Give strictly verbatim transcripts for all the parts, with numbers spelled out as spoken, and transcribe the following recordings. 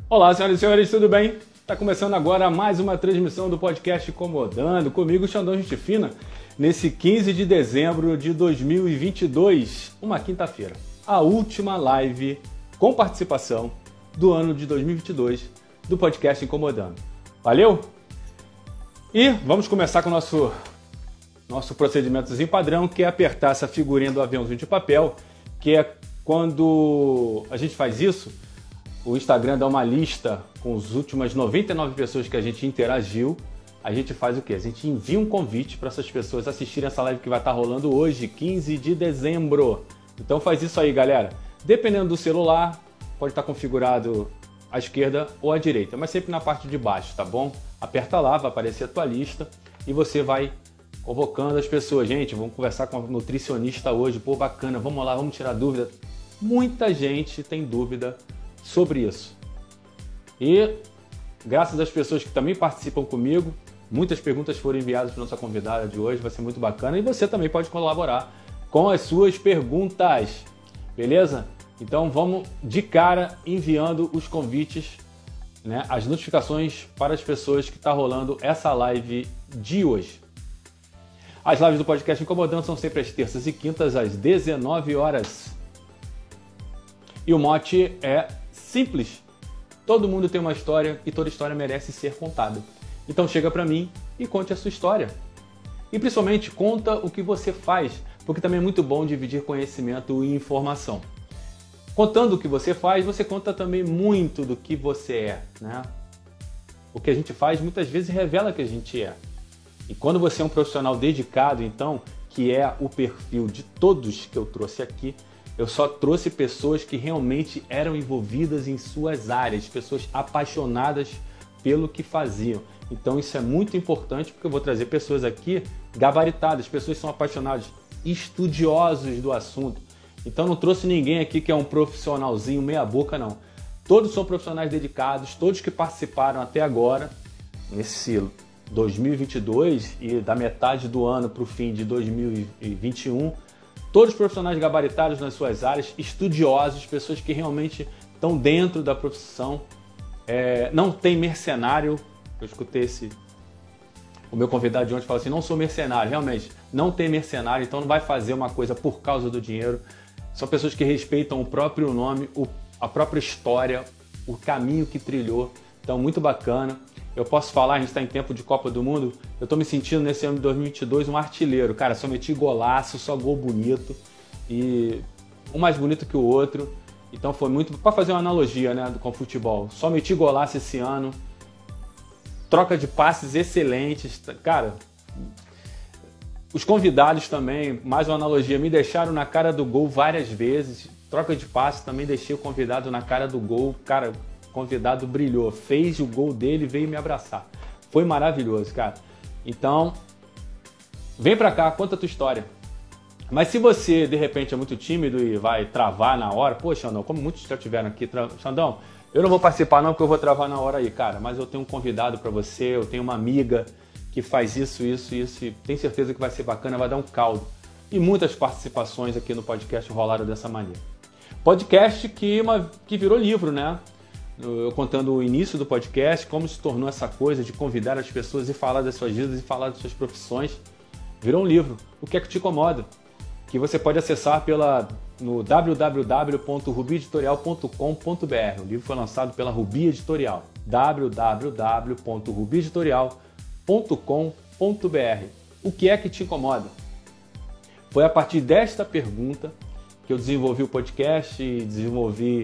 Olá, senhoras e senhores, tudo bem? Está começando agora mais uma transmissão do podcast Incomodando, comigo, Xandão Gente Fina, nesse quinze de dezembro de dois mil e vinte e dois, uma quinta-feira. A última live com participação do ano de dois mil e vinte e dois do podcast Incomodando. Valeu? E vamos começar com o nosso, nosso procedimentozinho padrão, que é apertar essa figurinha do aviãozinho de papel, que é quando a gente faz isso, o Instagram dá uma lista com as últimas noventa e nove pessoas que a gente interagiu. A gente faz o quê? A gente envia um convite para essas pessoas assistirem essa live que vai estar rolando hoje, quinze de dezembro. Então faz isso aí, galera. Dependendo do celular, pode estar configurado à esquerda ou à direita, mas sempre na parte de baixo, tá bom? Aperta lá, vai aparecer a tua lista e você vai convocando as pessoas. Gente, vamos conversar com a nutricionista hoje. Pô, bacana, vamos lá, vamos tirar dúvida. Muita gente tem dúvida sobre isso. E graças às pessoas que também participam comigo, muitas perguntas foram enviadas para nossa convidada de hoje, vai ser muito bacana, e você também pode colaborar com as suas perguntas, beleza? Então vamos de cara enviando os convites, né, as notificações para as pessoas que está rolando essa live de hoje. As lives do podcast Incomodando são sempre às terças e quintas às dezenove horas. E o mote é simples. Todo mundo tem uma história e toda história merece ser contada. Então chega pra mim e conte a sua história. E principalmente conta o que você faz, porque também é muito bom dividir conhecimento e informação. Contando o que você faz, você conta também muito do que você é, né? O que a gente faz muitas vezes revela que a gente é. E quando você é um profissional dedicado, então, que é o perfil de todos que eu trouxe aqui, eu só trouxe pessoas que realmente eram envolvidas em suas áreas, pessoas apaixonadas pelo que faziam. Então isso é muito importante, porque eu vou trazer pessoas aqui gabaritadas, pessoas que são apaixonadas, estudiosos do assunto. Então não trouxe ninguém aqui que é um profissionalzinho meia boca, não. Todos são profissionais dedicados, todos que participaram até agora, nesse dois mil e vinte e dois e da metade do ano para o fim de dois mil e vinte e um, todos profissionais gabaritados nas suas áreas, estudiosos, pessoas que realmente estão dentro da profissão. É, não tem mercenário. Eu escutei esse, o meu convidado de ontem falou assim, não sou mercenário. Realmente, não tem mercenário, então não vai fazer uma coisa por causa do dinheiro. São pessoas que respeitam o próprio nome, o, a própria história, o caminho que trilhou. Então, muito bacana. Eu posso falar, a gente está em tempo de Copa do Mundo, eu estou me sentindo nesse ano de dois mil e vinte e dois um artilheiro. Cara, só meti golaço, só gol bonito, e um mais bonito que o outro. Então foi muito, para fazer uma analogia, né, com o futebol, só meti golaço esse ano, troca de passes excelentes. Cara, os convidados também, mais uma analogia, me deixaram na cara do gol várias vezes. Troca de passes também deixei o convidado na cara do gol. Cara, o convidado brilhou, fez o gol dele e veio me abraçar. Foi maravilhoso, cara. Então, vem pra cá, conta a tua história. Mas se você, de repente, é muito tímido e vai travar na hora, pô, Xandão, como muitos já tiveram aqui, tra... Xandão, eu não vou participar não, porque eu vou travar na hora aí, cara. Mas eu tenho um convidado pra você, eu tenho uma amiga que faz isso, isso, isso, e tenho certeza que vai ser bacana, vai dar um caldo. E muitas participações aqui no podcast rolaram dessa maneira. Podcast que, uma... que virou livro, né? Eu contando o início do podcast, como se tornou essa coisa de convidar as pessoas e falar das suas vidas e falar das suas profissões. Virou um livro, O que é que te incomoda? Que você pode acessar pela, no w w w ponto rubi editorial ponto com ponto b r. O livro foi lançado pela Rubi Editorial. w w w ponto rubi editorial ponto com ponto b r. O que é que te incomoda? Foi a partir desta pergunta que eu desenvolvi o podcast e desenvolvi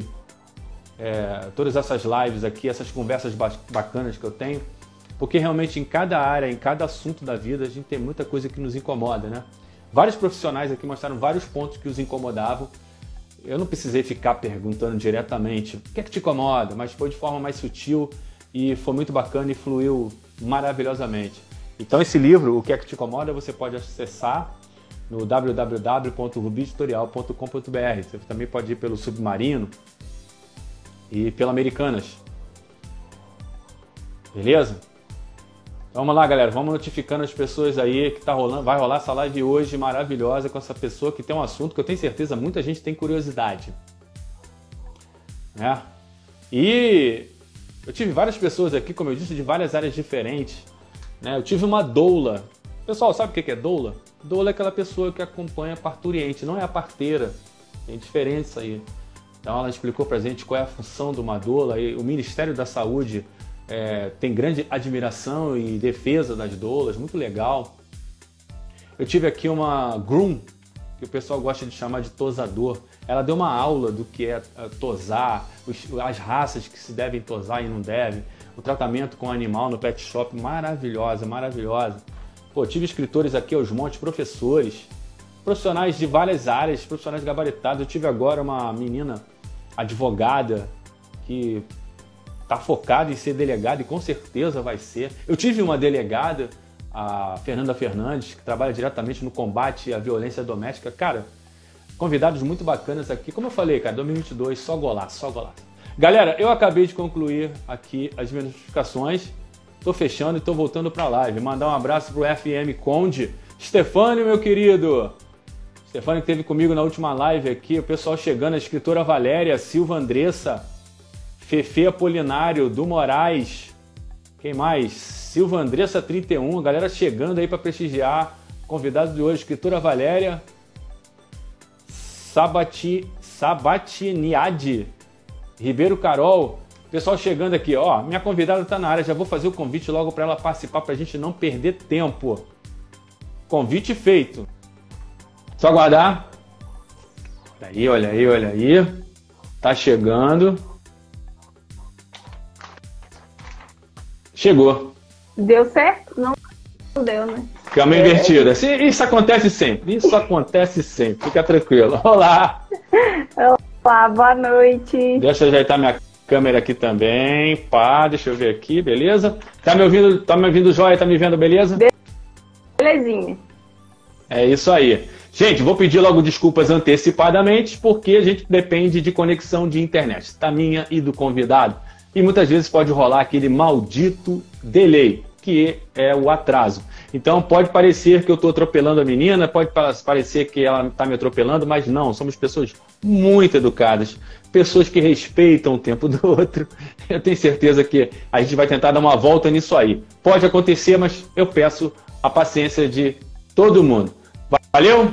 É, todas essas lives aqui, essas conversas bacanas que eu tenho, porque realmente em cada área, em cada assunto da vida, a gente tem muita coisa que nos incomoda, né? Vários profissionais aqui mostraram vários pontos que os incomodavam. Eu não precisei ficar perguntando diretamente o que é que te incomoda, mas foi de forma mais sutil e foi muito bacana e fluiu maravilhosamente. Então esse livro, O que é que te incomoda, você pode acessar no w w w ponto rubi editorial ponto com ponto b r. Você também pode ir pelo Submarino e pela Americanas. Beleza? Então, vamos lá, galera. Vamos notificando as pessoas aí que tá rolando. Vai rolar essa live hoje maravilhosa com essa pessoa que tem um assunto que eu tenho certeza muita gente tem curiosidade, né? E Eu tive várias pessoas aqui, como eu disse, de várias áreas diferentes. Né? Eu tive uma doula. Pessoal, sabe o que é doula? Doula é aquela pessoa que acompanha a parturiente, não é a parteira. Tem diferença isso aí. Então ela explicou pra gente qual é a função de uma doula. E o Ministério da Saúde é, tem grande admiração e defesa das doulas, muito legal. Eu tive aqui uma groom, que o pessoal gosta de chamar de tosador. Ela deu uma aula do que é tosar, as raças que se devem tosar e não devem, o tratamento com o animal no pet shop, maravilhosa, maravilhosa. Pô, tive escritores aqui aos montes, professores, profissionais de várias áreas, profissionais gabaritados. Eu tive agora uma menina advogada que está focada em ser delegada e com certeza vai ser. Eu tive uma delegada, a Fernanda Fernandes, que trabalha diretamente no combate à violência doméstica. Cara, convidados muito bacanas aqui. Como eu falei, cara, dois mil e vinte e dois, só golaço, só golaço. Galera, eu acabei de concluir aqui as minhas notificações. Tô fechando e tô voltando pra live. Mandar um abraço pro F M Conde. Stefânio, meu querido. Stefânio que esteve comigo na última live aqui. O pessoal chegando, a escritora Valéria, Silva Andressa, Fefe Apolinário, Du Moraes. Quem mais? Silva Andressa trinta e um. A galera chegando aí pra prestigiar. Convidado de hoje, escritora Valéria. Sabati, Sabatiniade, Ribeiro Carol, pessoal chegando aqui, ó, minha convidada tá na área, já vou fazer o convite logo para ela participar pra gente não perder tempo. Convite feito. Só aguardar. Aí, olha aí, olha aí. Tá chegando. Chegou. Deu certo? Não deu, né? Câmera é. invertida. Isso acontece sempre. Isso acontece sempre. Fica tranquilo. Olá. Olá, boa noite. Deixa eu ajeitar minha câmera aqui também. Pá, deixa eu ver aqui, beleza? Tá me ouvindo, tá me ouvindo jóia? Tá me vendo, beleza? Belezinha. É isso aí. Gente, vou pedir logo desculpas antecipadamente, porque a gente depende de conexão de internet, da minha e do convidado. E muitas vezes pode rolar aquele maldito delay, que é o atraso. Então pode parecer que eu estou atropelando a menina, pode parecer que ela está me atropelando, mas não, somos pessoas muito educadas, pessoas que respeitam o tempo do outro. Eu tenho certeza que a gente vai tentar dar uma volta nisso aí. Pode acontecer, mas eu peço a paciência de todo mundo. Valeu?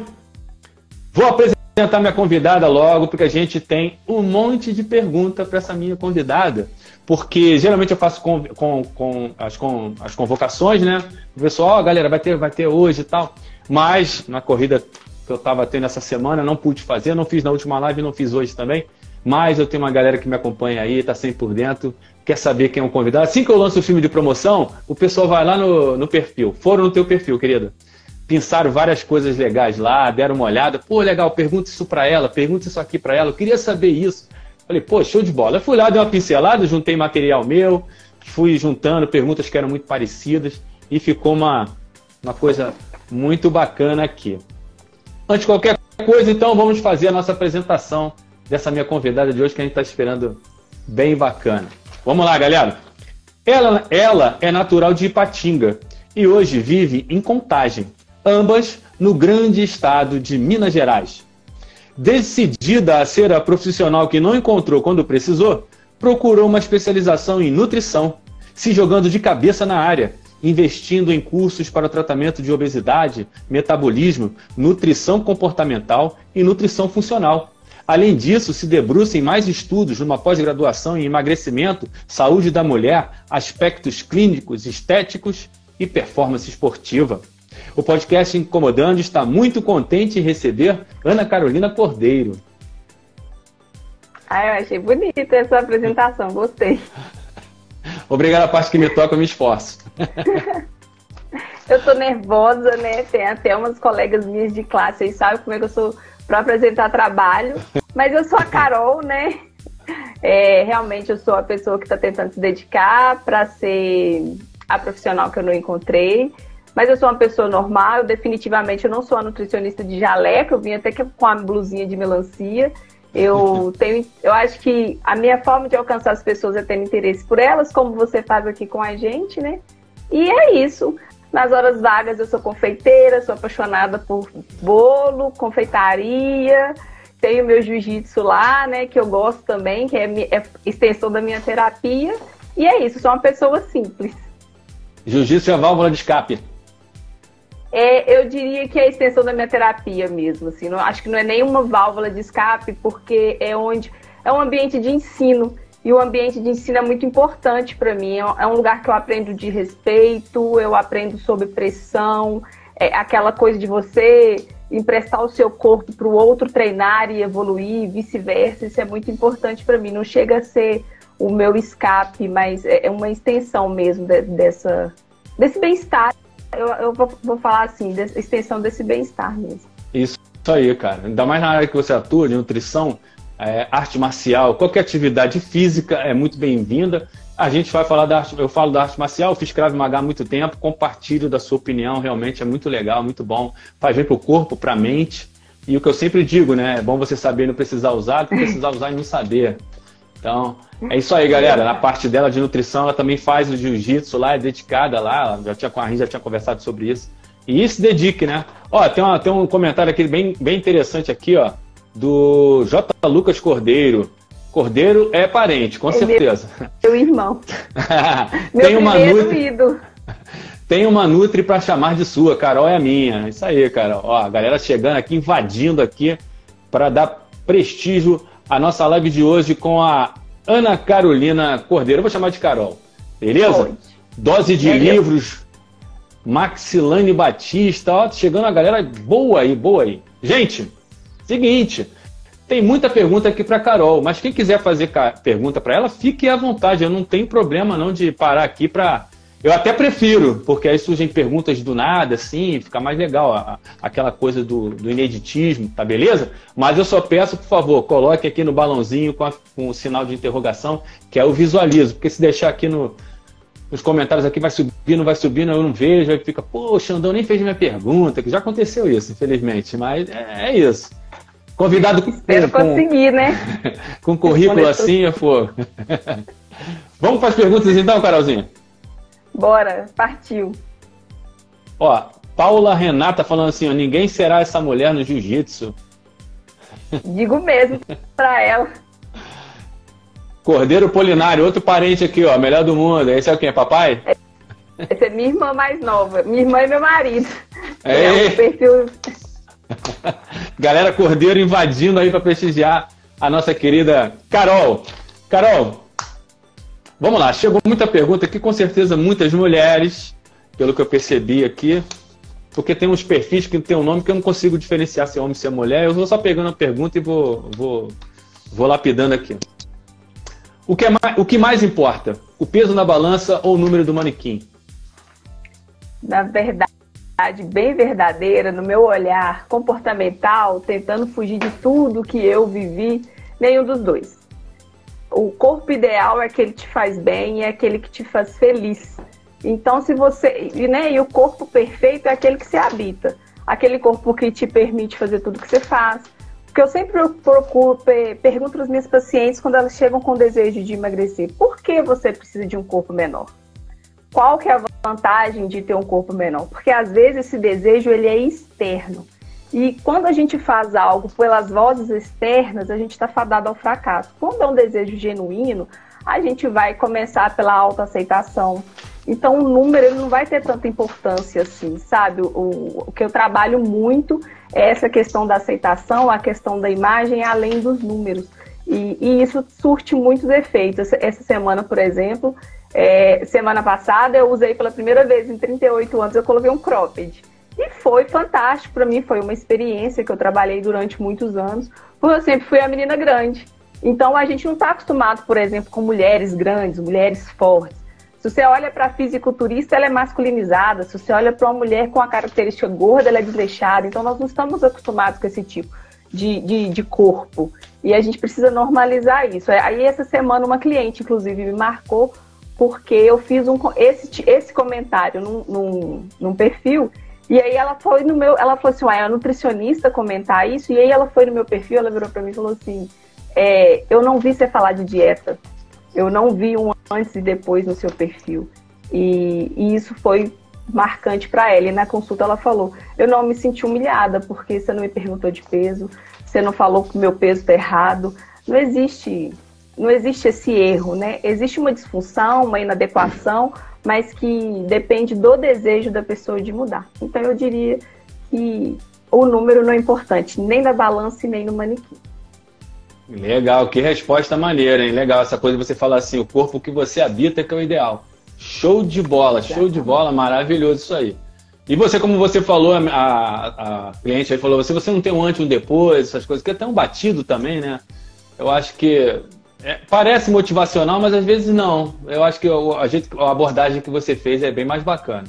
Vou apresentar minha convidada logo, porque a gente tem um monte de pergunta para essa minha convidada. Porque geralmente eu faço com, com, com, as, com as convocações, né? O pessoal, ó, oh, galera, vai ter, vai ter hoje e tal. Mas na corrida que eu estava tendo essa semana, não pude fazer, não fiz na última live, não fiz hoje também. Mas eu tenho uma galera que me acompanha aí, está sempre por dentro, quer saber quem é o convidado. Assim que eu lanço o filme de promoção, o pessoal vai lá no, no perfil. Foram no teu perfil, querida. Pensaram várias coisas legais lá, deram uma olhada. Pô, legal, pergunta isso para ela, pergunta isso aqui para ela. Eu queria saber isso. Falei, pô, show de bola. Eu fui lá, dei uma pincelada, juntei material meu, fui juntando perguntas que eram muito parecidas e ficou uma, uma coisa muito bacana aqui. Antes de qualquer coisa, então, vamos fazer a nossa apresentação dessa minha convidada de hoje, que a gente está esperando bem bacana. Vamos lá, galera. Ela, ela é natural de Ipatinga e hoje vive em Contagem, ambas no grande estado de Minas Gerais. Decidida a ser a profissional que não encontrou quando precisou, procurou uma especialização em nutrição, se jogando de cabeça na área, investindo em cursos para o tratamento de obesidade, metabolismo, nutrição comportamental e nutrição funcional. Além disso, se debruça em mais estudos numa pós-graduação em emagrecimento, saúde da mulher, aspectos clínicos, estéticos e performance esportiva. O podcast Incomodando está muito contente em receber Ana Carolina Cordeiro. Ah, eu achei bonita essa apresentação, gostei. Obrigado a parte que me toca, eu me esforço. Eu tô nervosa, né? Tem até umas colegas minhas de classe aí, sabe como é que eu sou para apresentar trabalho. Mas eu sou a Carol, né? É, realmente eu sou a pessoa que está tentando se dedicar para ser a profissional que eu não encontrei. Mas eu sou uma pessoa normal, eu definitivamente eu não sou a nutricionista de jaleco, eu vim até que com a blusinha de melancia. Eu tenho, eu acho que a minha forma de alcançar as pessoas é tendo interesse por elas, como você faz aqui com a gente, né? E é isso. Nas horas vagas eu sou confeiteira, sou apaixonada por bolo, confeitaria, tenho meu jiu-jitsu lá, né? Que eu gosto também, que é, é extensão da minha terapia. E é isso, sou uma pessoa simples. Jiu-jitsu é a válvula de escape. É, eu diria que é a extensão da minha terapia mesmo, assim, não, acho que não é nenhuma válvula de escape, porque é onde é um ambiente de ensino, e o ambiente de ensino é muito importante para mim, é um lugar que eu aprendo de respeito, eu aprendo sobre pressão, é aquela coisa de você emprestar o seu corpo para o outro treinar e evoluir, vice-versa, isso é muito importante para mim, não chega a ser o meu escape, mas é uma extensão mesmo de, dessa, desse bem-estar. Eu, eu vou, vou falar assim, de, extensão desse bem-estar mesmo. Isso aí, cara. Ainda mais na área que você atua, de nutrição, é, arte marcial, qualquer atividade física é muito bem-vinda. A gente vai falar da arte, eu falo da arte marcial, eu fiz Krav Maga há muito tempo, compartilho da sua opinião, realmente é muito legal, muito bom. Faz bem pro corpo, pra mente. E o que eu sempre digo, né? É bom você saber e não precisar usar, do que precisar usar e não saber. Então, é isso aí, galera. Na parte dela de nutrição, ela também faz o jiu-jitsu lá, é dedicada lá. Já tinha, a gente já tinha conversado sobre isso. E se dedique, né? Ó, tem, uma, tem um comentário aqui bem, bem interessante aqui, ó, do J. Lucas Cordeiro. Cordeiro é parente, com é certeza. Meu, meu irmão. Tem meu uma primeiro nutri... ídolo. Tem uma Nutri pra chamar de sua, Carol é a minha. Isso aí, cara. Ó, a galera chegando aqui, invadindo aqui para dar prestígio à nossa live de hoje com a Ana Carolina Cordeiro. Eu vou chamar de Carol, beleza? Pode. Dose de é livros, Maxilane Batista. Ó, chegando a galera boa aí, boa aí. Gente, seguinte... Tem muita pergunta aqui para Carol, mas quem quiser fazer pergunta para ela, fique à vontade. Eu não tenho problema não de parar aqui para... Eu até prefiro, porque aí surgem perguntas do nada, assim, fica mais legal, a, aquela coisa do, do ineditismo, tá beleza? Mas eu só peço, por favor, coloque aqui no balãozinho com, a, com o sinal de interrogação, que é o visualizo, porque se deixar aqui no, nos comentários aqui vai subindo, vai subindo, eu não vejo, aí fica, pô, o Xandão nem fez minha pergunta, que já aconteceu isso, infelizmente, mas é, é isso. Convidado com, Espero com, conseguir, né? Com currículo assim, pô. Vamos para as perguntas então, Carolzinha? Bora, partiu. Ó, Paula Renata falando assim, ó, ninguém será essa mulher no jiu-jitsu. Digo mesmo para ela. Cordeiro Polinário, outro parente aqui, ó, melhor do mundo. Esse é o quem? É papai? Essa é minha irmã mais nova. Minha irmã e meu marido. É, é um perfil... Galera Cordeiro invadindo aí para prestigiar a nossa querida Carol. Carol, vamos lá, chegou muita pergunta aqui, com certeza muitas mulheres, pelo que eu percebi aqui, porque tem uns perfis que tem um nome que eu não consigo diferenciar se é homem ou se é mulher. Eu vou só pegando a pergunta e vou, vou, vou lapidando aqui. O que, é mais, o que mais importa? O peso na balança ou o número do manequim? Na verdade, bem verdadeira, no meu olhar comportamental, tentando fugir de tudo que eu vivi, nenhum dos dois. O corpo ideal é aquele que te faz bem e é aquele que te faz feliz. Então, se você... Né, e o corpo perfeito é aquele que se habita. Aquele corpo que te permite fazer tudo que você faz. Porque eu sempre procuro, pergunto para as minhas pacientes quando elas chegam com o desejo de emagrecer, por que você precisa de um corpo menor? Qual que é a vantagem de ter um corpo menor? Porque às vezes esse desejo ele é externo. E quando a gente faz algo pelas vozes externas, a gente está fadado ao fracasso. Quando é um desejo genuíno, a gente vai começar pela autoaceitação. Então o número ele não vai ter tanta importância assim, sabe? O, o que eu trabalho muito é essa questão da aceitação, a questão da imagem, além dos números. E, e isso surte muitos efeitos. Essa, essa semana, por exemplo... É, semana passada eu usei pela primeira vez em trinta e oito anos, eu coloquei um cropped. E foi fantástico para mim, foi uma experiência que eu trabalhei durante muitos anos, porque eu sempre fui a menina grande. Então a gente não está acostumado, por exemplo, com mulheres grandes, mulheres fortes. Se você olha para a fisiculturista, ela é masculinizada. Se você olha para uma mulher com a característica gorda, ela é desleixada. Então nós não estamos acostumados com esse tipo de, de, de corpo. E a gente precisa normalizar isso. Aí essa semana uma cliente, inclusive, me marcou porque eu fiz um, esse, esse comentário num, num, num perfil, e aí ela foi no meu, ela falou assim, uai, é nutricionista comentar isso, e aí ela foi no meu perfil, ela virou pra mim e falou assim, é, eu não vi você falar de dieta, eu não vi um antes e depois no seu perfil, e, e isso foi marcante para ela, e na consulta ela falou, eu não me senti humilhada, porque você não me perguntou de peso, você não falou que o meu peso tá errado, não existe não existe esse erro, né? Existe uma disfunção, uma inadequação, mas que depende do desejo da pessoa de mudar. Então eu diria que o número não é importante, nem na balança e nem no manequim. Legal, que resposta maneira, hein? Legal essa coisa de você falar assim, o corpo que você habita que é o ideal. Show de bola, show de bola, maravilhoso isso aí. E você, como você falou, a, a, a cliente aí falou, se você não tem um antes e um depois, essas coisas, que é tão batido também, né? Eu acho que é, parece motivacional, mas às vezes não. Eu acho que a, gente, a abordagem que você fez é bem mais bacana.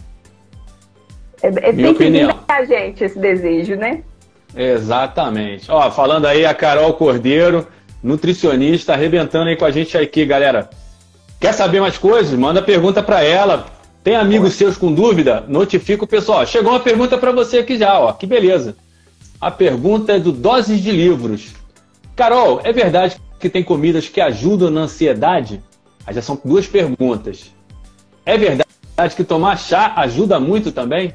É, é, Minha tem opinião. Que vir a gente esse desejo, né? Exatamente. Ó, falando aí a Carol Cordeiro, nutricionista, arrebentando aí com a gente aqui, galera. Quer saber mais coisas? Manda pergunta para ela. Tem amigos seus com dúvida? Notifica o pessoal. Chegou uma pergunta para você aqui já, ó. Que beleza. A pergunta é do Doses de Livros. Carol, é verdade que tem comidas que ajudam na ansiedade? Aí já são duas perguntas. É verdade que tomar chá ajuda muito também?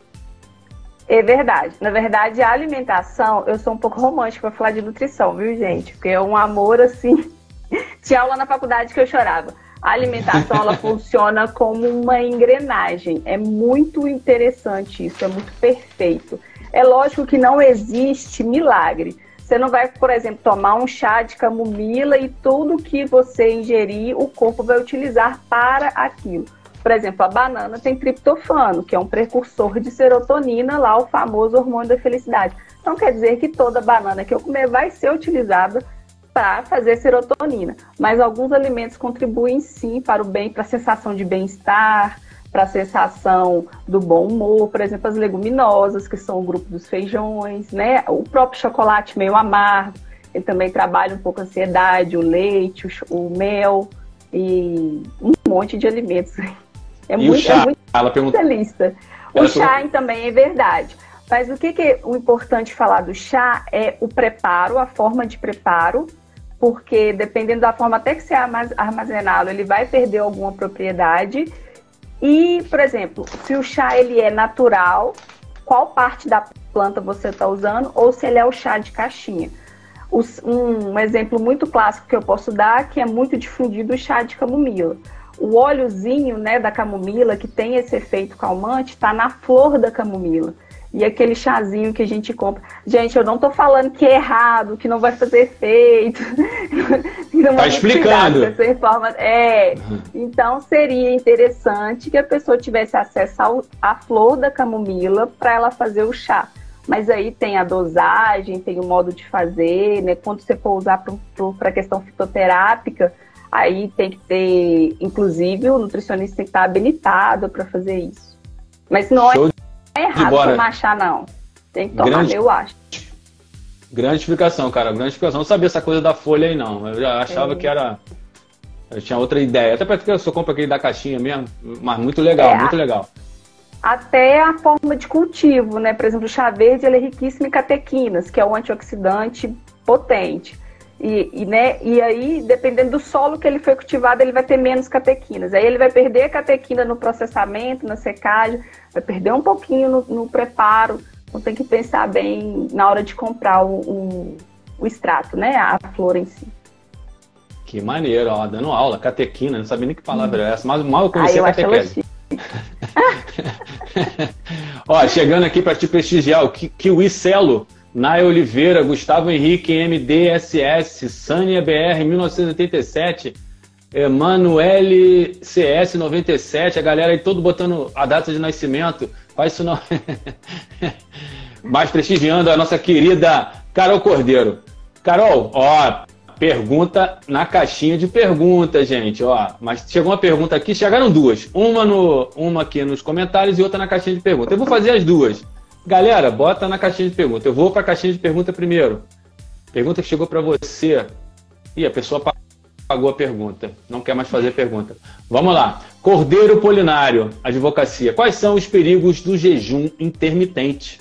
É verdade. Na verdade, a alimentação, eu sou um pouco romântica para falar de nutrição, viu, gente? Porque é um amor, assim... Tinha aula na faculdade que eu chorava. A alimentação, ela funciona como uma engrenagem. É muito interessante isso, é muito perfeito. É lógico que não existe milagre. Você não vai, por exemplo, tomar um chá de camomila e tudo que você ingerir, o corpo vai utilizar para aquilo. Por exemplo, a banana tem triptofano, que é um precursor de serotonina, lá o famoso hormônio da felicidade. Não quer dizer que toda banana que eu comer vai ser utilizada para fazer serotonina, mas alguns alimentos contribuem sim para o bem, para a sensação de bem-estar, para a sensação do bom humor, por exemplo, as leguminosas, que são o grupo dos feijões, né? O próprio chocolate meio amargo, ele também trabalha um pouco a ansiedade, o leite, o, o mel e um monte de alimentos. É e muito, o chá? É muito Ela pergunta... lista. O chá pergunta... também é verdade. Mas o que, que é o importante falar do chá é o preparo, a forma de preparo, porque dependendo da forma até que você armazená-lo, ele vai perder alguma propriedade. E, por exemplo, se o chá ele é natural, qual parte da planta você está usando, ou se ele é o chá de caixinha. Os, um, um exemplo muito clássico que eu posso dar, que é muito difundido, o chá de camomila. O óleozinho, né, da camomila, que tem esse efeito calmante, está na flor da camomila. E aquele chazinho que a gente compra. Gente, eu não tô falando que é errado, que não vai fazer efeito. Não tá explicando. Essa forma. É. Então, seria interessante que a pessoa tivesse acesso ao, à flor da camomila para ela fazer o chá. Mas aí tem a dosagem, tem o modo de fazer, né? Quando você for usar para a questão fitoterápica, aí tem que ter, inclusive, o nutricionista tem que estar habilitado para fazer isso. Mas não Show. é... É errado Embora... tomar chá, não. Tem que tomar, grande... eu acho. Grande explicação, cara. Grande explicação. Não sabia essa coisa da folha aí, não. Eu já achava é. que era... Eu tinha outra ideia. Até porque eu só compro aquele da caixinha mesmo. Mas muito legal, é, muito legal. Até a forma de cultivo, né? Por exemplo, o chá verde, ele é riquíssimo em catequinas, que é um antioxidante potente. E, e, né, e aí, dependendo do solo que ele foi cultivado, ele vai ter menos catequinas. Aí ele vai perder a catequina no processamento, na secagem, vai perder um pouquinho no, no preparo. Então tem que pensar bem na hora de comprar o, o, o extrato, né? A flor em si. Que maneiro, ó, dando aula, catequina, não sabia nem que palavra hum. é essa, mas mal eu conheci ah, a catequese. Ó, chegando aqui para te prestigiar, o Kiwi Celo, Nay Oliveira, Gustavo Henrique, M D S S, Sânia B R, mil novecentos e oitenta e sete, Emanuele C S noventa e sete, a galera aí todo botando a data de nascimento, faz isso não. Mas prestigiando a nossa querida Carol Cordeiro. Carol, ó, pergunta na caixinha de perguntas, gente, ó. Mas chegou uma pergunta aqui, chegaram duas. Uma, no, uma aqui nos comentários e outra na caixinha de perguntas. Eu vou fazer as duas. Galera, bota na caixinha de pergunta. Eu vou para a caixinha de pergunta primeiro. Pergunta que chegou para você. Ih, a pessoa pagou a pergunta. Não quer mais fazer pergunta. Vamos lá. Cordeiro Polinário, advocacia. Quais são os perigos do jejum intermitente?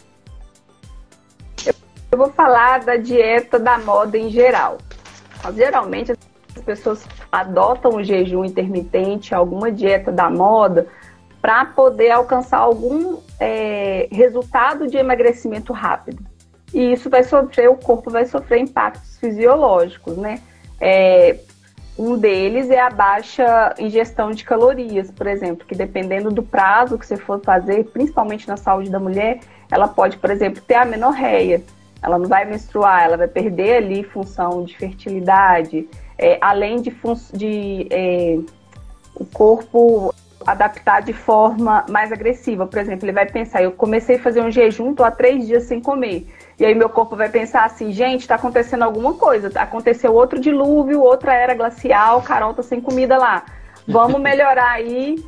Eu vou falar da dieta da moda em geral. Geralmente as pessoas adotam o jejum intermitente, alguma dieta da moda, para poder alcançar algum é, resultado de emagrecimento rápido. E isso vai sofrer, o corpo vai sofrer impactos fisiológicos, né? É, Um deles é a baixa ingestão de calorias, por exemplo, que dependendo do prazo que você for fazer, principalmente na saúde da mulher, ela pode, por exemplo, ter amenorreia. Ela não vai menstruar, ela vai perder ali função de fertilidade, é, além de, fun de é, o corpo adaptar de forma mais agressiva. Por exemplo, ele vai pensar, eu comecei a fazer um jejum, estou há três dias sem comer. E aí meu corpo vai pensar assim, gente, está acontecendo alguma coisa. Aconteceu outro dilúvio, outra era glacial, Carol tá sem comida lá. Vamos melhorar aí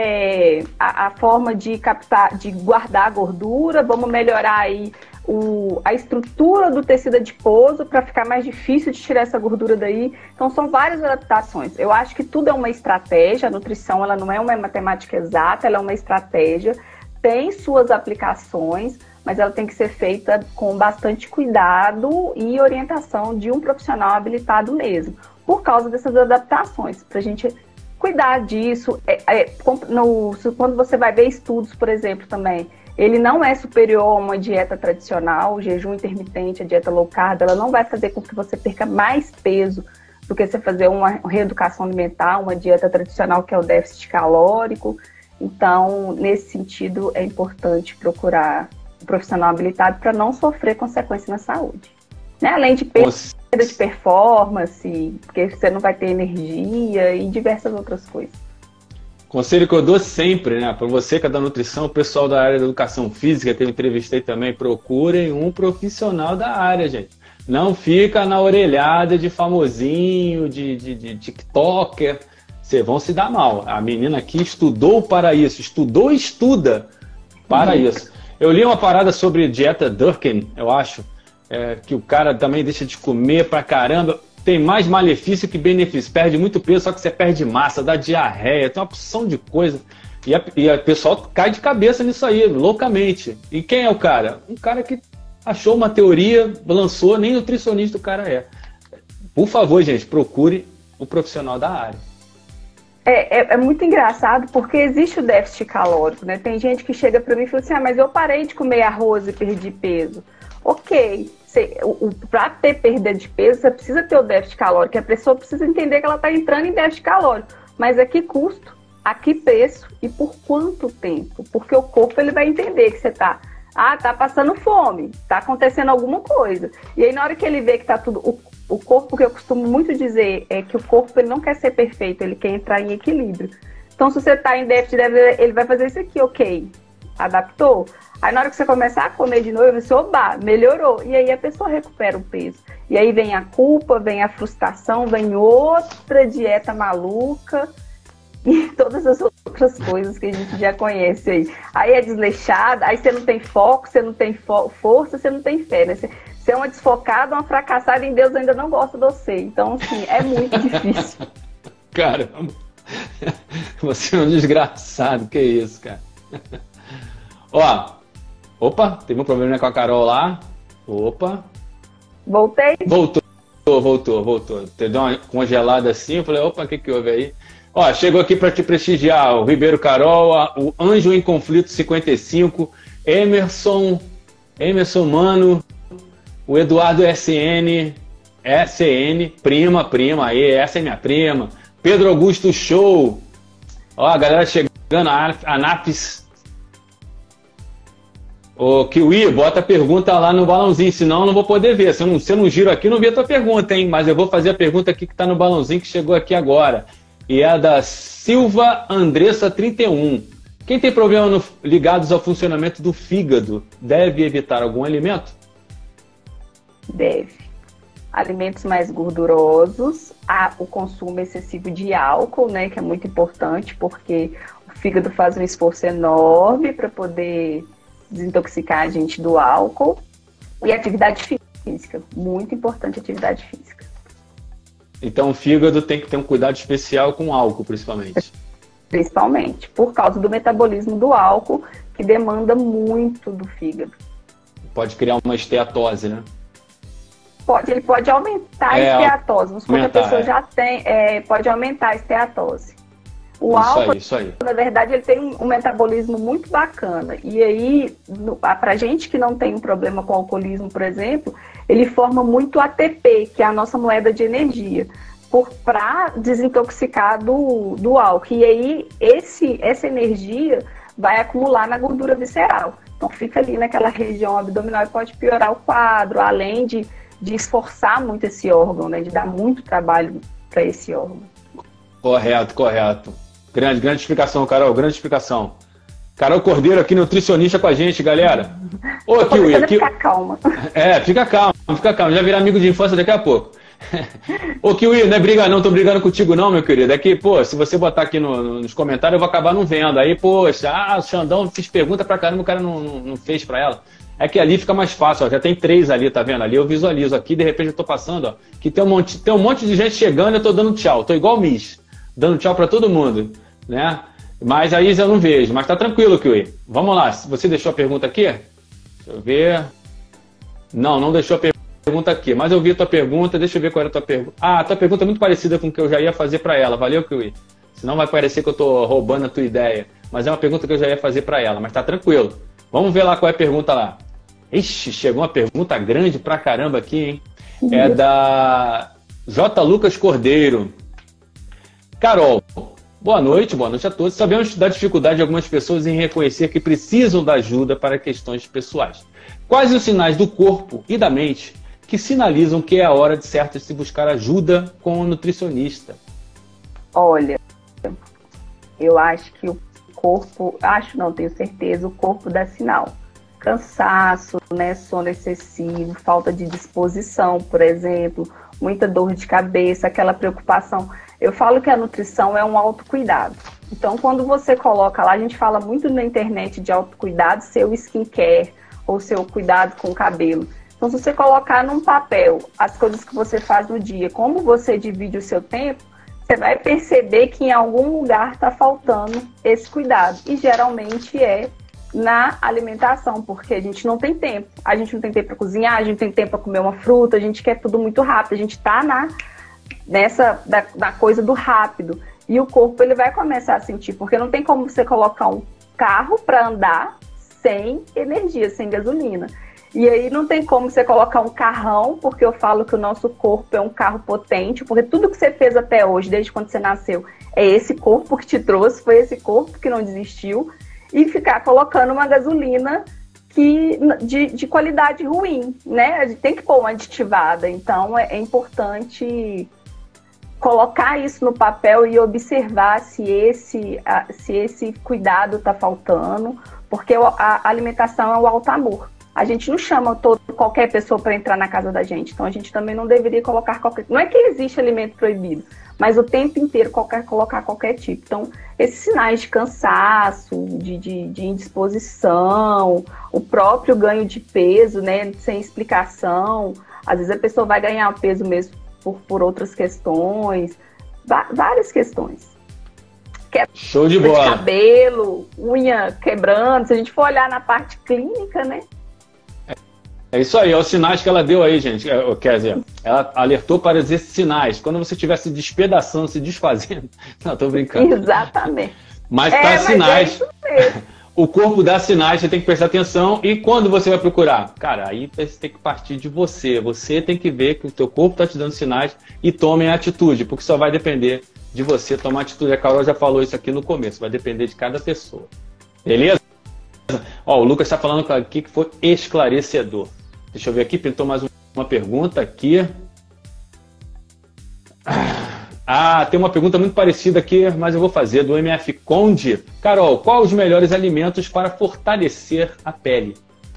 é, a, a forma de captar, de guardar a gordura, vamos melhorar aí o, a estrutura do tecido adiposo para ficar mais difícil de tirar essa gordura daí. Então são várias adaptações. Eu acho que tudo é uma estratégia, a nutrição ela não é uma matemática exata, ela é uma estratégia, tem suas aplicações, mas ela tem que ser feita com bastante cuidado e orientação de um profissional habilitado mesmo, por causa dessas adaptações, para a gente cuidar disso. É, é, no, quando você vai ver estudos, por exemplo, também, ele não é superior a uma dieta tradicional, o jejum intermitente, a dieta low carb, ela não vai fazer com que você perca mais peso do que você fazer uma reeducação alimentar, uma dieta tradicional que é o déficit calórico. Então, nesse sentido, é importante procurar um profissional habilitado para não sofrer consequências na saúde. Né? Além de perda de performance, porque você não vai ter energia e diversas outras coisas. Conselho que eu dou sempre, né, para você que é da nutrição, o pessoal da área da educação física, que eu entrevistei também, procurem um profissional da área, gente. Não fica na orelhada de famosinho, de, de, de tiktoker. Vocês vão se dar mal. A menina aqui estudou para isso, estudou e estuda para uhum. isso. Eu li uma parada sobre dieta Durkheim, eu acho, é, que o cara também deixa de comer pra caramba. Tem mais malefício que benefício. Perde muito peso, só que você perde massa, dá diarreia, tem uma opção de coisa. E a, e a pessoal cai de cabeça nisso aí, loucamente. E quem é o cara? Um cara que achou uma teoria, lançou, nem nutricionista o cara é. Por favor, gente, procure um profissional da área. É, é, é muito engraçado porque existe o déficit calórico, né? Tem gente que chega para mim e fala assim, ah, mas eu parei de comer arroz e perdi peso. Ok, para ter perda de peso, você precisa ter o déficit calórico, a pessoa precisa entender que ela está entrando em déficit calórico. Mas a que custo, a que preço e por quanto tempo? Porque o corpo ele vai entender que você está, ah, tá passando fome, tá acontecendo alguma coisa. E aí na hora que ele vê que tá tudo... O, O corpo, que eu costumo muito dizer, é que o corpo ele não quer ser perfeito, ele quer entrar em equilíbrio. Então, se você está em déficit, ele vai fazer isso aqui, ok, adaptou. Aí, na hora que você começar a comer de novo, você, oba, melhorou. E aí a pessoa recupera o peso. E aí vem a culpa, vem a frustração, vem outra dieta maluca e todas as outras coisas que a gente já conhece aí. Aí é desleixada, aí você não tem foco, você não tem fo- força, você não tem fé, né? Você, Você é uma desfocada, uma fracassada e Deus ainda não gosta de você. Então, assim, é muito difícil. Caramba. Você é um desgraçado. Que isso, cara. Ó. Opa, teve um problema com a Carol lá. Opa. Voltei? Voltou, voltou, voltou. Você deu uma congelada assim, eu falei, opa, o que que houve aí? Ó, chegou aqui para te prestigiar o Ribeiro Carol, o Anjo em Conflito cinquenta e cinco, Emerson, Emerson Mano, o Eduardo S N, S N, prima, prima, aí, essa é minha prima. Pedro Augusto Show. Ó, a galera chegando, a Anapis. Ô, Kiwi, bota a pergunta lá no balãozinho, senão eu não vou poder ver. Se eu não, se eu não giro aqui, não vi a tua pergunta, hein? Mas eu vou fazer a pergunta aqui que tá no balãozinho, que chegou aqui agora. E é da Silva Andressa trinta e um. Quem tem problema no, ligados ao funcionamento do fígado deve evitar algum alimento? Deve. Alimentos mais gordurosos, há o consumo excessivo de álcool, né, que é muito importante, porque o fígado faz um esforço enorme para poder desintoxicar a gente do álcool. E atividade física, muito importante a atividade física. Então o fígado tem que ter um cuidado especial com o álcool, principalmente. Principalmente, por causa do metabolismo do álcool, que demanda muito do fígado. Pode criar uma esteatose, né? Pode, ele pode aumentar é, a esteatose. Vamos supor que a pessoa é. já tem, é, pode aumentar a esteatose. O isso álcool, aí, isso aí. na verdade, ele tem um, um metabolismo muito bacana. E aí, para gente que não tem um problema com o alcoolismo, por exemplo, ele forma muito A T P, que é a nossa moeda de energia. para desintoxicar do, do álcool. E aí, esse, essa energia vai acumular na gordura visceral. Então, fica ali naquela região abdominal e pode piorar o quadro, além de, de esforçar muito esse órgão, né? De dar muito trabalho para esse órgão. Correto, correto. Grande, grande explicação, Carol, grande explicação. Carol Cordeiro aqui, nutricionista com a gente, galera. Ô, Kiwi, aqui... Fica calma. É, fica calma, fica calma. Já virar amigo de infância daqui a pouco. Ô, Kiwi, não é briga não, tô brigando contigo não, meu querido. É que, pô, se você botar aqui no, no, nos comentários, eu vou acabar não vendo. Aí, poxa, ah, o Xandão fiz pergunta pra caramba, o cara não, não, não fez pra ela. É que ali fica mais fácil, ó. Já tem três ali, tá vendo? Ali eu visualizo aqui, de repente eu tô passando, ó, que tem um monte, tem um monte de gente chegando e eu tô dando tchau. Tô igual o Miss, dando tchau pra todo mundo, né? Mas aí eu não vejo, mas tá tranquilo, Kiwi. Vamos lá, você deixou a pergunta aqui? Deixa eu ver. Não, não deixou a pergunta. Pergunta aqui, mas eu vi a tua pergunta, deixa eu ver qual era a tua pergunta. Ah, a tua pergunta é muito parecida com o que eu já ia fazer para ela, valeu, Kiwi? Senão vai parecer que eu tô roubando a tua ideia, mas é uma pergunta que eu já ia fazer para ela, mas tá tranquilo. Vamos ver lá qual é a pergunta lá. Ixi, chegou uma pergunta grande pra caramba aqui, hein? É da J. Lucas Cordeiro. Carol, boa noite, boa noite a todos. Sabemos da dificuldade de algumas pessoas em reconhecer que precisam da ajuda para questões pessoais. Quais os sinais do corpo e da mente que sinalizam que é a hora de certo de se buscar ajuda com o nutricionista? Olha, eu acho que o corpo, acho não, tenho certeza, o corpo dá sinal. Cansaço, né, sono excessivo, falta de disposição, por exemplo, muita dor de cabeça, aquela preocupação. Eu falo que a nutrição é um autocuidado. Então, quando você coloca lá, a gente fala muito na internet de autocuidado, seu skincare, ou seu cuidado com o cabelo. Então, se você colocar num papel as coisas que você faz no dia, como você divide o seu tempo, você vai perceber que em algum lugar está faltando esse cuidado. E geralmente é na alimentação, porque a gente não tem tempo. A gente não tem tempo para cozinhar, a gente não tem tempo para comer uma fruta, a gente quer tudo muito rápido, a gente está na, nessa, da, da coisa do rápido. E o corpo ele vai começar a sentir, porque não tem como você colocar um carro para andar sem energia, sem gasolina. E aí não tem como você colocar um carrão, porque eu falo que o nosso corpo é um carro potente, porque tudo que você fez até hoje, desde quando você nasceu, é esse corpo que te trouxe, foi esse corpo que não desistiu, e ficar colocando uma gasolina que, de, de qualidade ruim, né? A gente tem que pôr uma aditivada, então é, é importante colocar isso no papel e observar se esse, se esse cuidado está faltando, porque a alimentação é o alto amor. A gente não chama todo, qualquer pessoa para entrar na casa da gente, então a gente também não deveria colocar qualquer... Não é que existe alimento proibido, mas o tempo inteiro qualquer, colocar qualquer tipo. Então, esses sinais de cansaço, de, de, de indisposição, o próprio ganho de peso, né, sem explicação. Às vezes a pessoa vai ganhar peso mesmo por, por outras questões, várias questões. Show de bola. De cabelo, unha quebrando, se a gente for olhar na parte clínica, né? É isso aí, é os sinais que ela deu aí, gente. Quer dizer, ela alertou para esses sinais. Quando você estiver se despedaçando, se desfazendo. Não, tô brincando. Exatamente. Mas é, tá mas sinais. É isso mesmo. O corpo dá sinais, você tem que prestar atenção. E quando você vai procurar? Cara, aí você tem que partir de você. Você tem que ver que o teu corpo está te dando sinais e tome a atitude, porque só vai depender de você tomar atitude. A Carol já falou isso aqui no começo, vai depender de cada pessoa. Beleza? Ó, o Lucas está falando aqui que foi esclarecedor. Deixa eu ver aqui, pintou mais uma pergunta aqui. Ah, tem uma pergunta muito parecida aqui, mas eu vou fazer, do M F Conde. Carol, quais os melhores alimentos para fortalecer a pele?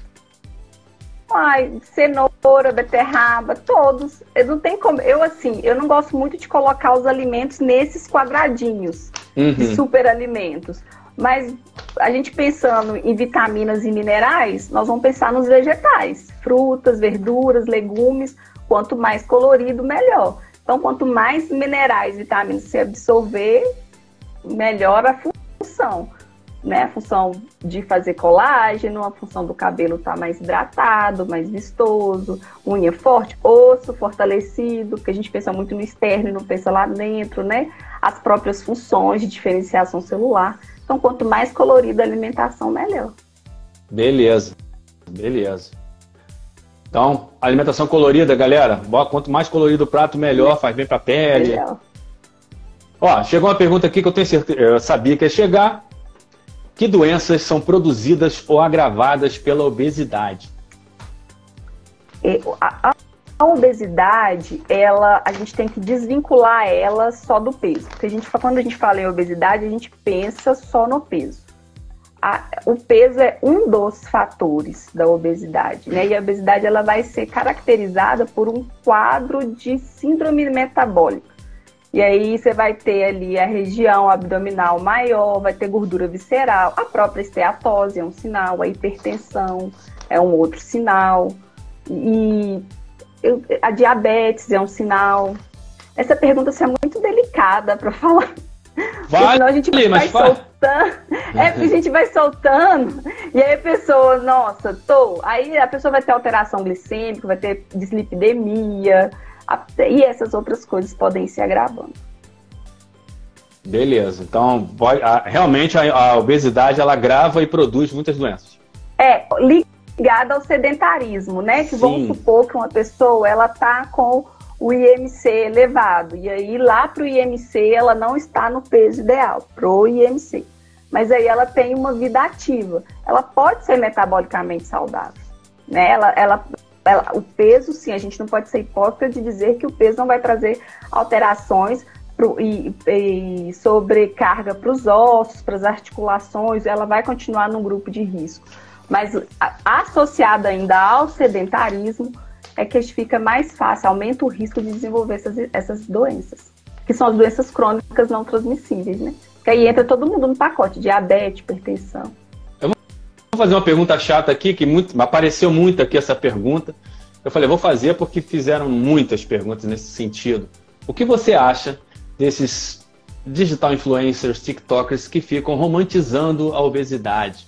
Ai, cenoura, beterraba, todos. Eu não tem como. Eu, assim, eu não gosto muito de colocar os alimentos nesses quadradinhos uhum. de superalimentos. Mas a gente pensando em vitaminas e minerais, nós vamos pensar nos vegetais. Frutas, verduras, legumes. Quanto mais colorido, melhor. Então, quanto mais minerais, vitaminas você absorver, melhor a função. Né? A função de fazer colágeno, a função do cabelo estar mais hidratado, mais vistoso, unha forte, osso fortalecido, porque a gente pensa muito no externo e não pensa lá dentro, né? As próprias funções de diferenciação celular. Então, quanto mais colorida a alimentação, melhor. Beleza, beleza. Então, alimentação colorida, galera. Quanto mais colorido o prato, melhor, faz bem para a pele. Melhor. Ó, chegou uma pergunta aqui que eu tenho certeza, eu sabia que ia chegar. Que doenças são produzidas ou agravadas pela obesidade? A, a, a obesidade, ela, a gente tem que desvincular ela só do peso. Porque a gente, quando a gente fala em obesidade, a gente pensa só no peso. A, o peso é um dos fatores da obesidade, né? E a obesidade ela vai ser caracterizada por um quadro de síndrome metabólica. E aí você vai ter ali a região abdominal maior, vai ter gordura visceral, a própria esteatose é um sinal, a hipertensão é um outro sinal, e a diabetes é um sinal. Essa pergunta assim, é muito delicada para falar. Vai, senão a gente vai mas soltando, é porque a gente vai soltando, e aí a pessoa, nossa, tô. Aí a pessoa vai ter alteração glicêmica, vai ter dislipidemia, e essas outras coisas podem se agravando. Beleza, então pode, a, realmente a, a obesidade ela agrava e produz muitas doenças. É, ligada ao sedentarismo, né? Que Sim. Vamos supor que uma pessoa ela tá com o I M C elevado, e aí lá pro I M C ela não está no peso ideal, pro I M C. Mas aí ela tem uma vida ativa, ela pode ser metabolicamente saudável, né? Ela, ela, ela, o peso, sim, a gente não pode ser hipócrita de dizer que o peso não vai trazer alterações pro, e, e sobrecarga para os ossos, para as articulações, ela vai continuar num grupo de risco. Mas a, associada ainda ao sedentarismo, é que fica mais fácil, aumenta o risco de desenvolver essas, essas doenças, que são as doenças crônicas não transmissíveis, né? Que aí entra todo mundo no pacote, diabetes, hipertensão. Eu vou fazer uma pergunta chata aqui, que muito, apareceu muito aqui essa pergunta. Eu falei, vou fazer porque fizeram muitas perguntas nesse sentido. O que você acha desses digital influencers, tiktokers, que ficam romantizando a obesidade?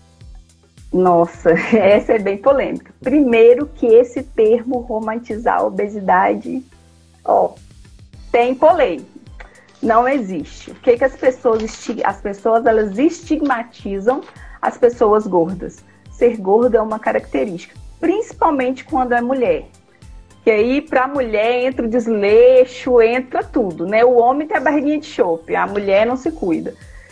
Nossa, essa é bem polêmica. Primeiro que esse termo romantizar a obesidade, ó, tem polêmica. Não existe. O que que as pessoas, as pessoas elas estigmatizam as pessoas gordas? Ser gorda é uma característica, principalmente quando é mulher. Que aí para a mulher entra o desleixo, entra tudo, né? O homem tem a barriguinha de chope, a mulher não se cuida.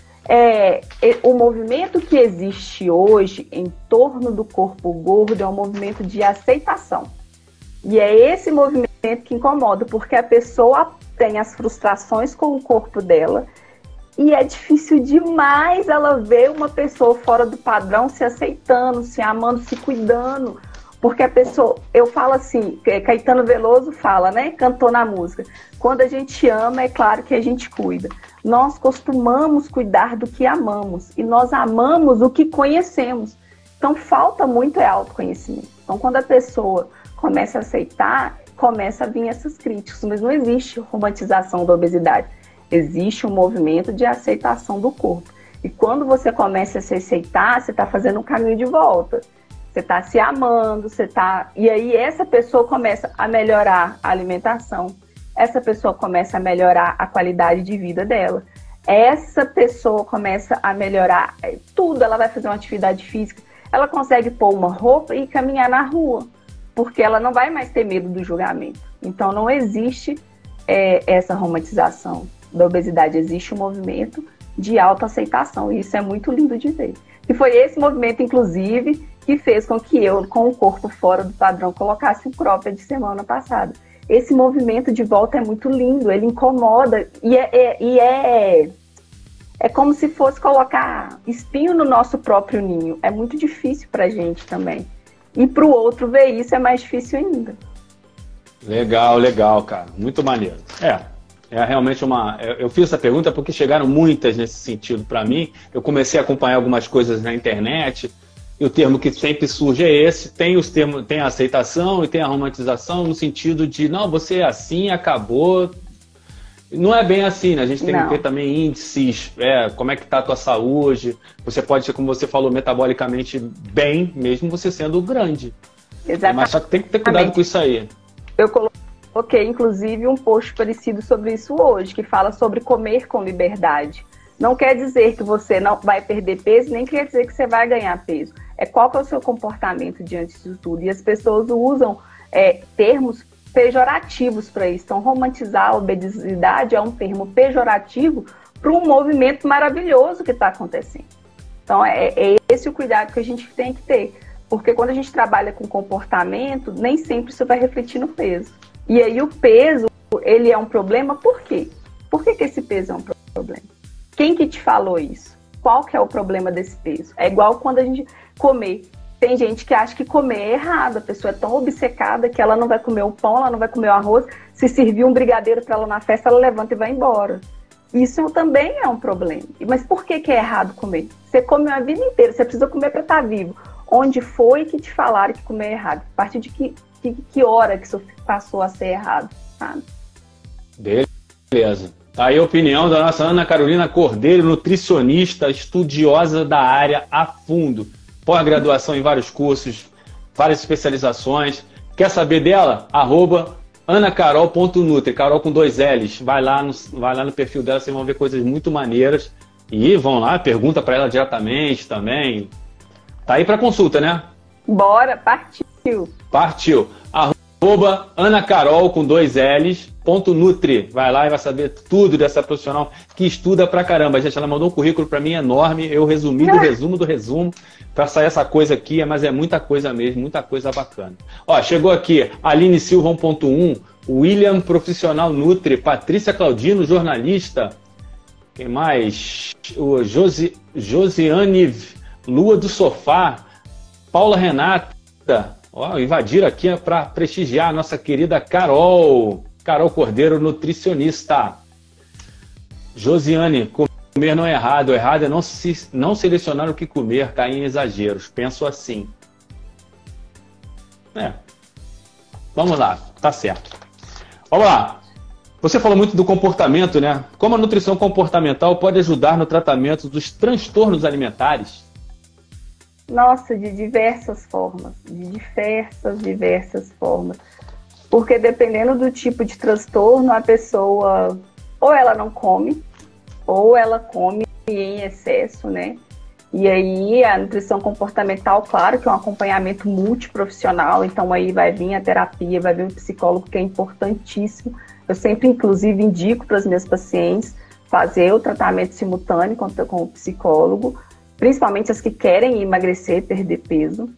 É, o movimento que existe hoje em torno do corpo gordo é um movimento de aceitação. E é esse movimento que incomoda, porque a pessoa tem as frustrações com o corpo dela e é difícil demais ela ver uma pessoa fora do padrão se aceitando, se amando, se cuidando. Porque a pessoa, eu falo assim, Caetano Veloso fala, né? Cantou na música. Quando a gente ama, é claro que a gente cuida. Nós costumamos cuidar do que amamos e nós amamos o que conhecemos. Então falta muito é autoconhecimento. Então quando a pessoa começa a aceitar, começa a vir essas críticas. Mas não existe romantização da obesidade. Existe um movimento de aceitação do corpo. E quando você começa a se aceitar, você está fazendo um caminho de volta. Você está se amando, você está... E aí essa pessoa começa a melhorar a alimentação. Essa pessoa começa a melhorar a qualidade de vida dela. Essa pessoa começa a melhorar tudo. Ela vai fazer uma atividade física. Ela consegue pôr uma roupa e caminhar na rua. Porque ela não vai mais ter medo do julgamento. Então não existe é, essa romantização da obesidade. Existe um movimento de autoaceitação. E isso é muito lindo de ver. E foi esse movimento, inclusive, que fez com que eu, com o corpo fora do padrão, colocasse um cropped semana passada. Esse movimento de volta é muito lindo, ele incomoda e é, é, e é, é como se fosse colocar espinho no nosso próprio ninho. É muito difícil pra gente também. E pro outro ver isso é mais difícil ainda. Legal, legal, cara. Muito maneiro. É, é realmente uma... Eu fiz essa pergunta porque chegaram muitas nesse sentido pra mim. Eu comecei a acompanhar algumas coisas na internet. E o termo que sempre surge é esse, tem, os termos, tem a aceitação e tem a romantização no sentido de, não, você é assim, acabou. Não é bem assim, né? A gente tem não. que ter também índices, é, como é que está a tua saúde. Você pode ser, como você falou, metabolicamente bem, mesmo você sendo grande. Exatamente. Mas só que tem que ter cuidado com isso aí. Eu coloquei, inclusive, um post parecido sobre isso hoje, que fala sobre comer com liberdade. Não quer dizer que você não vai perder peso, nem quer dizer que você vai ganhar peso. é qual que é o seu comportamento diante disso tudo. E as pessoas usam é, termos pejorativos para isso. Então, romantizar a obesidade é um termo pejorativo para um movimento maravilhoso que está acontecendo. Então, é, é esse o cuidado que a gente tem que ter. Porque quando a gente trabalha com comportamento, nem sempre isso vai refletir no peso. E aí o peso, ele é um problema por quê? Por que que esse peso é um problema? Quem que te falou isso? Qual que é o problema desse peso? É igual quando a gente comer. Tem gente que acha que comer é errado. A pessoa é tão obcecada que ela não vai comer o pão, ela não vai comer o arroz. Se servir um brigadeiro para ela na festa, ela levanta e vai embora. Isso também é um problema. Mas por que que é errado comer? Você come a vida inteira, você precisa comer para estar vivo. Onde foi que te falaram que comer é errado? A partir de que, que, que hora que isso passou a ser errado? Sabe? Beleza. Tá aí a opinião da nossa Ana Carolina Cordeiro, nutricionista, estudiosa da área a fundo. Pós-graduação em vários cursos, várias especializações. Quer saber dela? Arroba anacarol ponto nutri, Carol com dois L's. Vai lá, no, vai lá no perfil dela, vocês vão ver coisas muito maneiras. E vão lá, pergunta para ela diretamente também. Tá aí para consulta, né? Bora, partiu. Partiu. Arroba anacarol com dois L's, ponto nutri. Vai lá e vai saber tudo dessa profissional que estuda pra caramba. Gente, ela mandou um currículo para mim enorme. Eu resumi do resumo do resumo para sair essa coisa aqui, mas é muita coisa mesmo, muita coisa bacana. Ó, chegou aqui Aline Silva um ponto um, William, profissional Nutri, Patrícia Claudino, jornalista. Quem mais? O Josi, Josiane Lua do Sofá, Paula Renata, ó, invadiram aqui para prestigiar a nossa querida Carol, Carol Cordeiro, nutricionista. Josiane, comer não é errado, o errado é não, se, não selecionar o que comer, cair em exageros, penso assim. É, vamos lá, tá certo. Vamos lá. Você falou muito do comportamento, né? Como a nutrição comportamental pode ajudar no tratamento dos transtornos alimentares? Nossa, de diversas formas, de diversas, diversas formas. Porque dependendo do tipo de transtorno, a pessoa ou ela não come, ou ela come em excesso, né? E aí a nutrição comportamental, claro que é um acompanhamento multiprofissional, então aí vai vir a terapia, vai vir o psicólogo, que é importantíssimo. Eu sempre, inclusive, indico para as minhas pacientes fazer o tratamento simultâneo com, com o psicólogo, principalmente as que querem emagrecer, perder peso.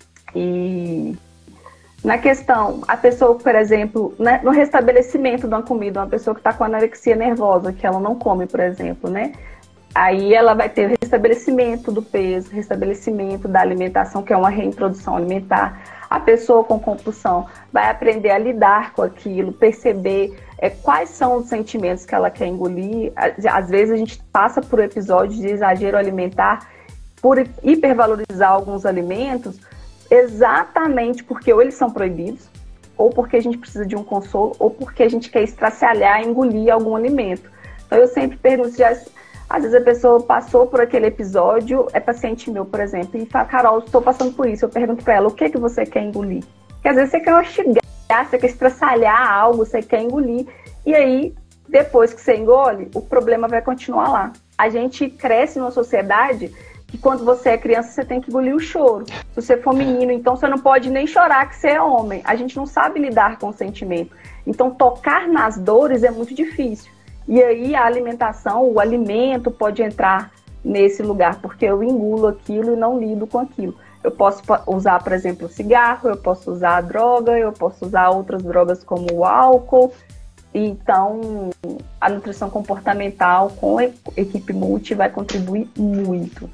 E na questão, a pessoa, por exemplo, né, no restabelecimento de uma comida, uma pessoa que está com anorexia nervosa, que ela não come, por exemplo, né? Aí ela vai ter o restabelecimento do peso, restabelecimento da alimentação, que é uma reintrodução alimentar. A pessoa com compulsão vai aprender a lidar com aquilo, perceber é, quais são os sentimentos que ela quer engolir. Às vezes a gente passa por episódios de exagero alimentar, por hipervalorizar alguns alimentos, exatamente porque ou eles são proibidos, ou porque a gente precisa de um consolo, ou porque a gente quer estraçalhar, engolir algum alimento. Então eu sempre pergunto, já, às vezes a pessoa passou por aquele episódio, é paciente meu, por exemplo, e fala, Carol, estou passando por isso. Eu pergunto para ela, o que, que você quer engolir? Porque às vezes você quer mastigar, você quer estraçalhar algo, você quer engolir. E aí, depois que você engole, o problema vai continuar lá. A gente cresce numa sociedade que quando você é criança, você tem que engolir o choro. Se você for menino, então você não pode nem chorar que você é homem. A gente não sabe lidar com o sentimento. Então, tocar nas dores é muito difícil. E aí, a alimentação, o alimento pode entrar nesse lugar, porque eu engulo aquilo e não lido com aquilo. Eu posso usar, por exemplo, o cigarro, eu posso usar a droga, eu posso usar outras drogas como o álcool. Então, a nutrição comportamental com a equipe multi vai contribuir muito.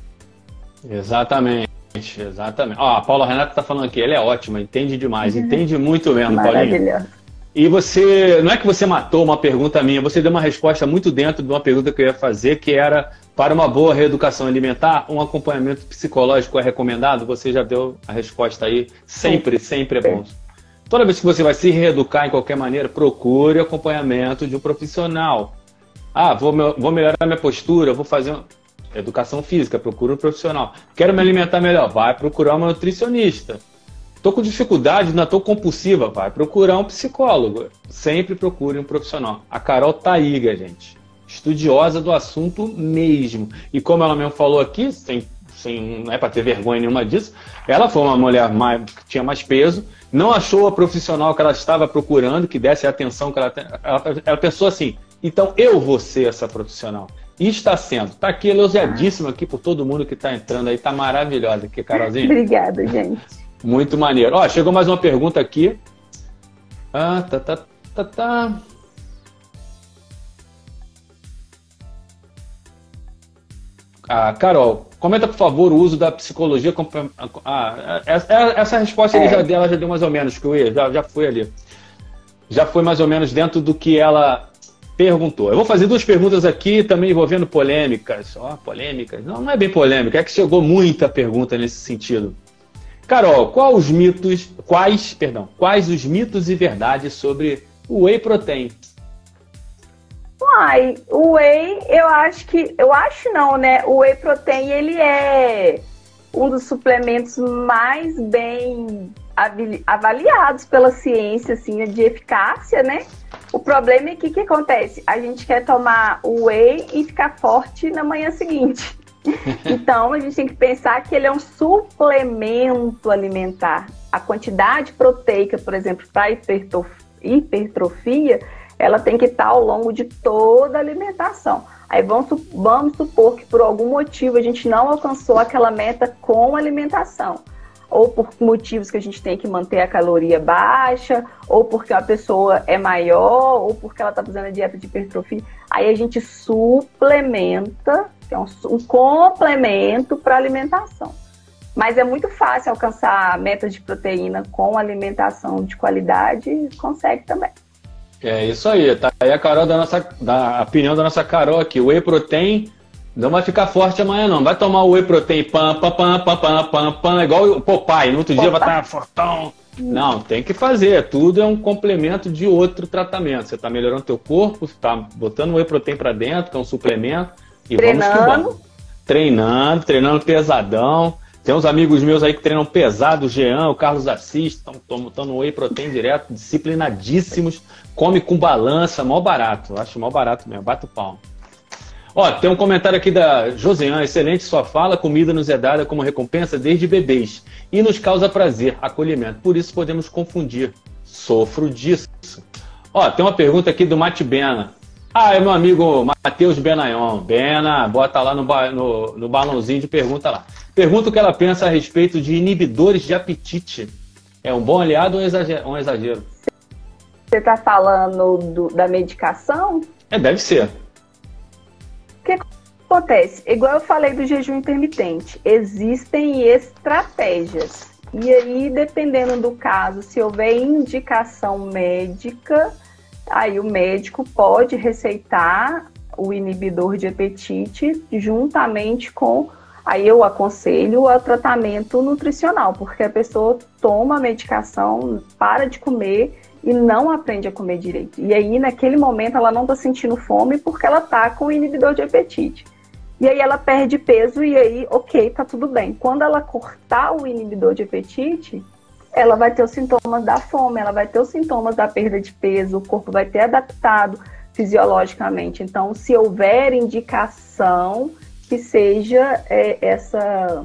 Exatamente, exatamente. Ó, a Paula Renata está falando aqui, ela é ótima, entende demais, entende muito mesmo, Paulinha. E você, não é que você matou uma pergunta minha, você deu uma resposta muito dentro de uma pergunta que eu ia fazer, que era, para uma boa reeducação alimentar, um acompanhamento psicológico é recomendado? Você já deu a resposta aí, sempre, sempre é bom. Toda vez que você vai se reeducar em qualquer maneira, procure acompanhamento de um profissional. Ah, vou, vou melhorar minha postura, vou fazer uma educação física, procura um profissional. Quero me alimentar melhor, vai procurar uma nutricionista. Estou com dificuldade, não estou compulsiva, vai procurar um psicólogo. Sempre procure um profissional. A Carol tá aí, gente. Estudiosa do assunto mesmo. E como ela mesmo falou aqui, tem sem, não é para ter vergonha nenhuma disso. Ela foi uma mulher mais, que tinha mais peso, não achou a profissional que ela estava procurando, que desse a atenção que ela tem. Ela, ela pensou assim, então eu vou ser essa profissional. E está sendo. Está aqui elogiadíssima aqui por todo mundo que está entrando aí. Está maravilhosa aqui, Carolzinha. Obrigada, gente. Muito maneiro. Ó, chegou mais uma pergunta aqui. Ah, tá, tá, tá, tá. Ah, Carol, comenta, por favor, o uso da psicologia. Ah, essa, essa resposta é. já, dela já deu mais ou menos, que eu ia, já, já foi ali. Já foi mais ou menos dentro do que ela perguntou. Eu vou fazer duas perguntas aqui, também envolvendo polêmicas. Ó, polêmicas. Não, não é bem polêmica, é que chegou muita pergunta nesse sentido. Carol, quais os mitos, quais, perdão, quais os mitos e verdades sobre o whey protein? Uai, o whey, eu acho que, eu acho não, né? O whey protein, ele é um dos suplementos mais bem avaliados pela ciência, assim, de eficácia, né? O problema é que o que acontece? A gente quer tomar o whey e ficar forte na manhã seguinte. Então, a gente tem que pensar que ele é um suplemento alimentar. A quantidade proteica, por exemplo, para hipertrofia, ela tem que estar ao longo de toda a alimentação. Aí vamos, vamos supor que por algum motivo a gente não alcançou aquela meta com alimentação. Ou por motivos que a gente tem que manter a caloria baixa, ou porque a pessoa é maior, ou porque ela está fazendo a dieta de hipertrofia. Aí a gente suplementa, que é um, um complemento para a alimentação. Mas é muito fácil alcançar metas de proteína com alimentação de qualidade, consegue também. É isso aí, tá aí a Carol da nossa, da a opinião da nossa Carol aqui. O whey protein não vai ficar forte amanhã, não. Vai tomar o whey protein, pam, pam, pam, pam, pam, pam, pam, igual o Popeye. No outro Popeye. dia vai estar fortão. Não, tem que fazer. Tudo é um complemento de outro tratamento. Você está melhorando teu corpo, você está botando o whey protein para dentro, que é um suplemento. E treinando. Vamos que vamos. Treinando, treinando pesadão. Tem uns amigos meus aí que treinam pesado, o Jean, o Carlos Assis, estão tomando whey protein direto, disciplinadíssimos, come com balança, mó barato, acho mó barato mesmo, bate o palmo. Ó, tem um comentário aqui da Josiane, excelente sua fala, comida nos é dada como recompensa desde bebês e nos causa prazer, acolhimento, por isso podemos confundir, sofro disso. Ó, tem uma pergunta aqui do Mate Bena. Ah, é meu amigo Matheus Benayon. Bena, bota lá no, no, no balãozinho de pergunta lá. Pergunta o que ela pensa a respeito de inibidores de apetite. É um bom aliado ou um exagero? Um exagero? Você está falando do, da medicação? É, deve ser. O que acontece? Igual eu falei do jejum intermitente, existem estratégias. E aí, dependendo do caso, se houver indicação médica, aí o médico pode receitar o inibidor de apetite juntamente com, aí eu aconselho o tratamento nutricional, porque a pessoa toma a medicação, para de comer e não aprende a comer direito. E aí, naquele momento, ela não está sentindo fome porque ela está com o inibidor de apetite. E aí ela perde peso e aí, ok, tá tudo bem. Quando ela cortar o inibidor de apetite, ela vai ter os sintomas da fome, ela vai ter os sintomas da perda de peso, o corpo vai ter adaptado fisiologicamente. Então, se houver indicação, que seja é, essa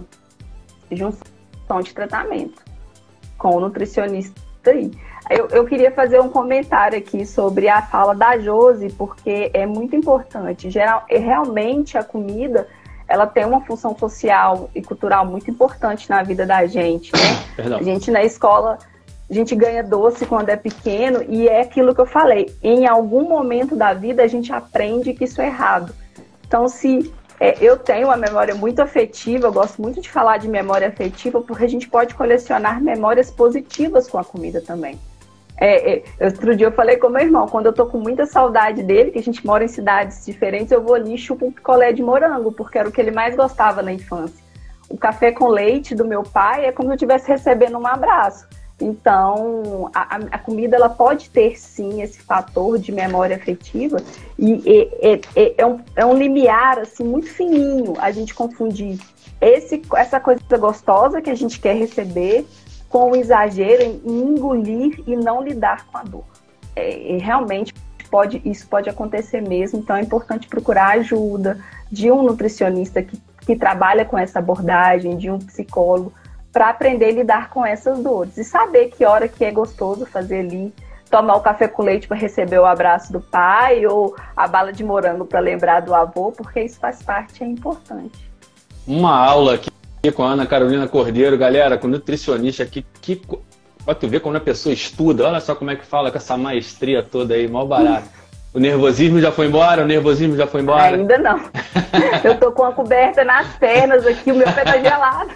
junção de tratamento com o nutricionista aí. Eu, eu queria fazer um comentário aqui sobre a fala da Josi, porque é muito importante. Geral, realmente a comida, ela tem uma função social e cultural muito importante na vida da gente, né? A gente na escola, a gente ganha doce quando é pequeno e é aquilo que eu falei. Em algum momento da vida a gente aprende que isso é errado. Então, se é, eu tenho uma memória muito afetiva, eu gosto muito de falar de memória afetiva, porque a gente pode colecionar memórias positivas com a comida também. É, é, outro dia eu falei com meu irmão, quando eu tô com muita saudade dele, que a gente mora em cidades diferentes, eu vou ali e chupo um picolé de morango, porque era o que ele mais gostava na infância. O café com leite do meu pai é como se eu estivesse recebendo um abraço. Então, a, a comida ela pode ter sim esse fator de memória afetiva e é, é, é, um, é um limiar assim, muito fininho a gente confundir esse, essa coisa gostosa que a gente quer receber com o exagero em engolir e não lidar com a dor. É, realmente pode, isso pode acontecer mesmo, então é importante procurar ajuda de um nutricionista que, que trabalha com essa abordagem, de um psicólogo, para aprender a lidar com essas dores. E saber que hora que é gostoso fazer ali, tomar o café com leite para receber o abraço do pai, ou a bala de morango para lembrar do avô, porque isso faz parte, é importante. Uma aula aqui com a Ana Carolina Cordeiro, galera, com nutricionista aqui, que... Pra tu ver como a pessoa estuda, olha só como é que fala com essa maestria toda aí, mal barato. O nervosismo já foi embora? O nervosismo já foi embora? Ainda não. Eu tô com a coberta nas pernas aqui, o meu pé tá gelado.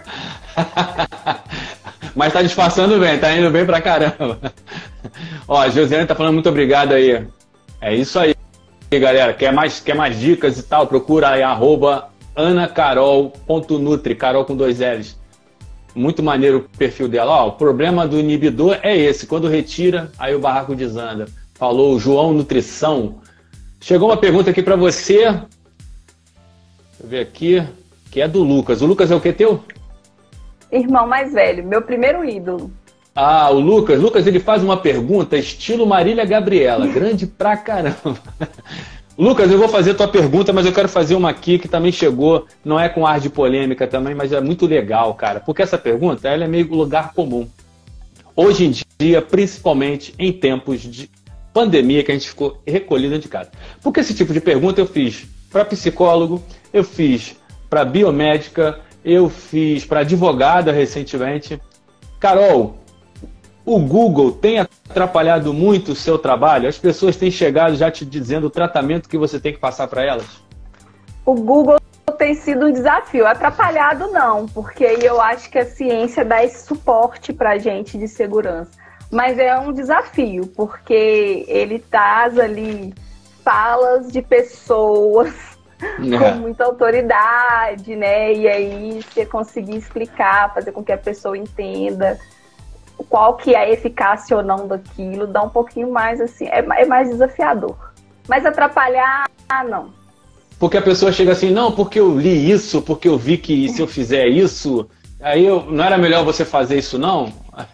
Mas tá disfarçando bem, tá indo bem pra caramba. Ó, a Josiane tá falando muito obrigado aí. É isso aí, galera. Quer mais, quer mais dicas e tal? Procura aí, arroba anacarol ponto nutri, Carol com dois L's. Muito maneiro o perfil dela. Ó, o problema do inibidor é esse. Quando retira, aí o barraco desanda. Falou o João Nutrição. Chegou uma pergunta aqui para você. Deixa eu ver aqui. Que é do Lucas. O Lucas é o que teu? Irmão mais velho. Meu primeiro ídolo. Ah, o Lucas. Lucas, ele faz uma pergunta estilo Marília Gabriela. Grande pra caramba. Lucas, eu vou fazer a tua pergunta, mas eu quero fazer uma aqui que também chegou, não é com ar de polêmica também, mas é muito legal, cara. Porque essa pergunta, ela é meio lugar comum. Hoje em dia, principalmente em tempos de pandemia, que a gente ficou recolhido dentro de casa. Porque esse tipo de pergunta eu fiz para psicólogo, eu fiz para biomédica, eu fiz para advogada recentemente. Carol, o Google tem atrapalhado muito o seu trabalho? As pessoas têm chegado já te dizendo o tratamento que você tem que passar para elas? O Google tem sido um desafio. Atrapalhado não, porque eu acho que a ciência dá esse suporte para a gente de segurança. Mas é um desafio, porque ele traz ali falas de pessoas é. com muita autoridade, né? E aí você conseguir explicar, fazer com que a pessoa entenda qual que é a eficácia ou não daquilo, dá um pouquinho mais assim, é, é mais desafiador. Mas atrapalhar, não. Porque a pessoa chega assim, não, porque eu li isso, porque eu vi que se eu fizer isso, aí eu, não era melhor você fazer isso, não?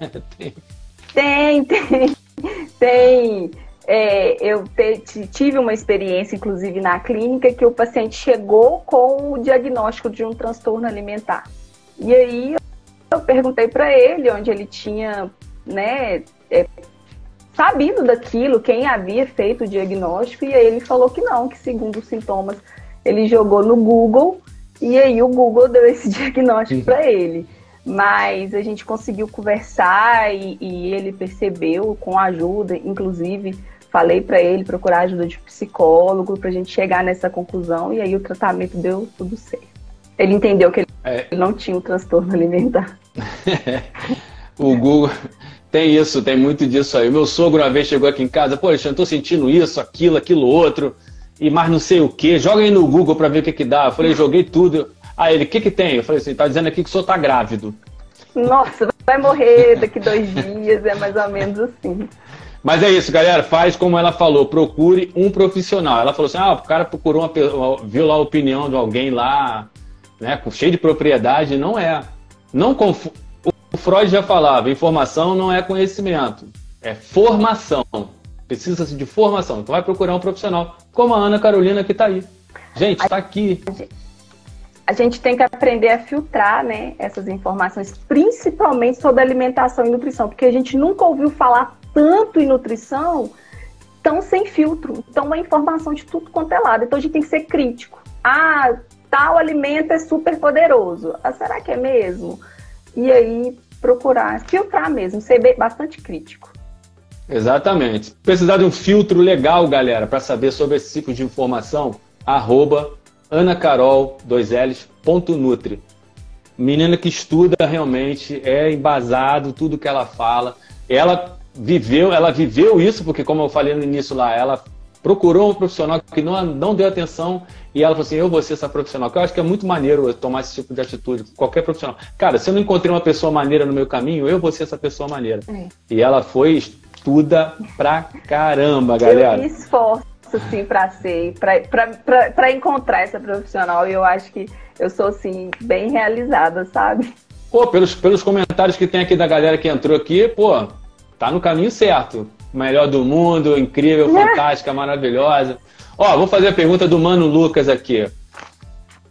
Tem, tem, tem. É, eu te, tive uma experiência, inclusive na clínica, que o paciente chegou com o diagnóstico de um transtorno alimentar. E aí eu perguntei para ele onde ele tinha, né, é, sabido daquilo, quem havia feito o diagnóstico, e aí ele falou que não, que segundo os sintomas ele jogou no Google, e aí o Google deu esse diagnóstico para ele. Mas a gente conseguiu conversar e, e ele percebeu com ajuda, inclusive falei para ele procurar ajuda de psicólogo para a gente chegar nessa conclusão, e aí o tratamento deu tudo certo. Ele entendeu que ele é. não tinha um transtorno alimentar. O Google tem isso, tem muito disso aí. O meu sogro uma vez chegou aqui em casa, pô, Alexandre, tô sentindo isso, aquilo, aquilo outro, e mais não sei o que. Joga aí no Google para ver o que que dá. Eu falei, joguei tudo. Aí ele, o que que tem? Eu falei assim, tá dizendo aqui que o senhor tá grávido. Nossa, vai morrer daqui dois dias, é mais ou menos assim. Mas é isso, galera, faz como ela falou, procure um profissional. Ela falou assim, ah, o cara procurou, uma, viu lá a opinião de alguém lá, né, cheio de propriedade. Não é. Não confu... O Freud já falava, informação não é conhecimento, é formação. Precisa-se de formação. Então vai procurar um profissional, como a Ana Carolina que está aí. Gente, está aqui. A gente tem que aprender a filtrar, né, essas informações, principalmente sobre alimentação e nutrição, porque a gente nunca ouviu falar tanto em nutrição tão sem filtro. Então é informação de tudo quanto é lado. Então a gente tem que ser crítico. Ah, tal alimento é super poderoso. Ah, será que é mesmo? E aí procurar filtrar mesmo, ser bastante crítico. Exatamente. Se precisar de um filtro legal, galera, para saber sobre esse tipo de informação, arroba anacarol, dois L's, ponto nutri. Menina que estuda realmente, é embasado tudo que ela fala. Ela viveu, ela viveu isso, porque como eu falei no início lá, ela procurou um profissional que não, não deu atenção e ela falou assim, eu vou ser essa profissional. Que eu acho que é muito maneiro eu tomar esse tipo de atitude, qualquer profissional. Cara, se eu não encontrei uma pessoa maneira no meu caminho, eu vou ser essa pessoa maneira. É. E ela foi, estuda pra caramba, galera. Eu me esforço, assim, pra ser, pra, pra, pra, pra encontrar essa profissional, e eu acho que eu sou, assim, bem realizada, sabe? Pô, pelos, pelos comentários que tem aqui da galera que entrou aqui, pô, tá no caminho certo. Melhor do mundo, incrível, fantástica, maravilhosa. Ó, vou fazer a pergunta do Mano Lucas aqui.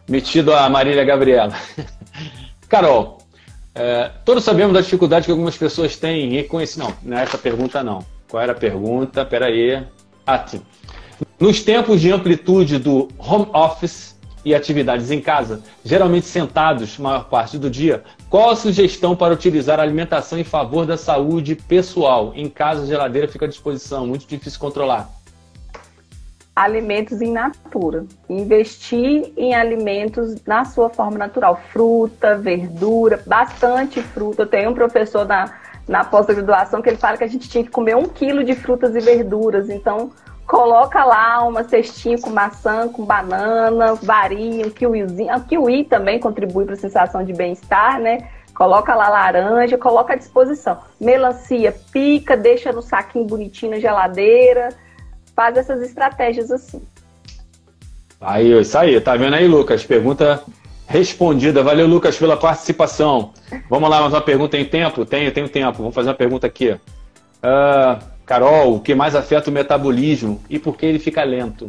Metido a Marília Gabriela. Carol, é, todos sabemos da dificuldade que algumas pessoas têm em reconhecer... Não, não é essa pergunta não. Qual era a pergunta? Peraí. Ah, sim. Nos tempos de amplitude do home office e atividades em casa, geralmente sentados a maior parte do dia, qual a sugestão para utilizar a alimentação em favor da saúde pessoal? Em casa, a geladeira fica à disposição, muito difícil controlar. Alimentos in natura. Investir em alimentos na sua forma natural. Fruta, verdura, bastante fruta. Eu tenho um professor na, na pós-graduação que ele fala que a gente tinha que comer um quilo de frutas e verduras. Então, coloca lá uma cestinha com maçã, com banana, varia, um kiwizinho. O kiwi também contribui para a sensação de bem-estar, né? Coloca lá laranja, coloca à disposição. Melancia, pica, deixa no saquinho bonitinho na geladeira. Faz essas estratégias assim. Aí, isso aí. Tá vendo aí, Lucas? Pergunta respondida. Valeu, Lucas, pela participação. Vamos lá, mais uma pergunta. Tem tempo? Tenho, tenho tempo. Vamos fazer uma pergunta aqui. Uh, Carol, o que mais afeta o metabolismo e por que ele fica lento?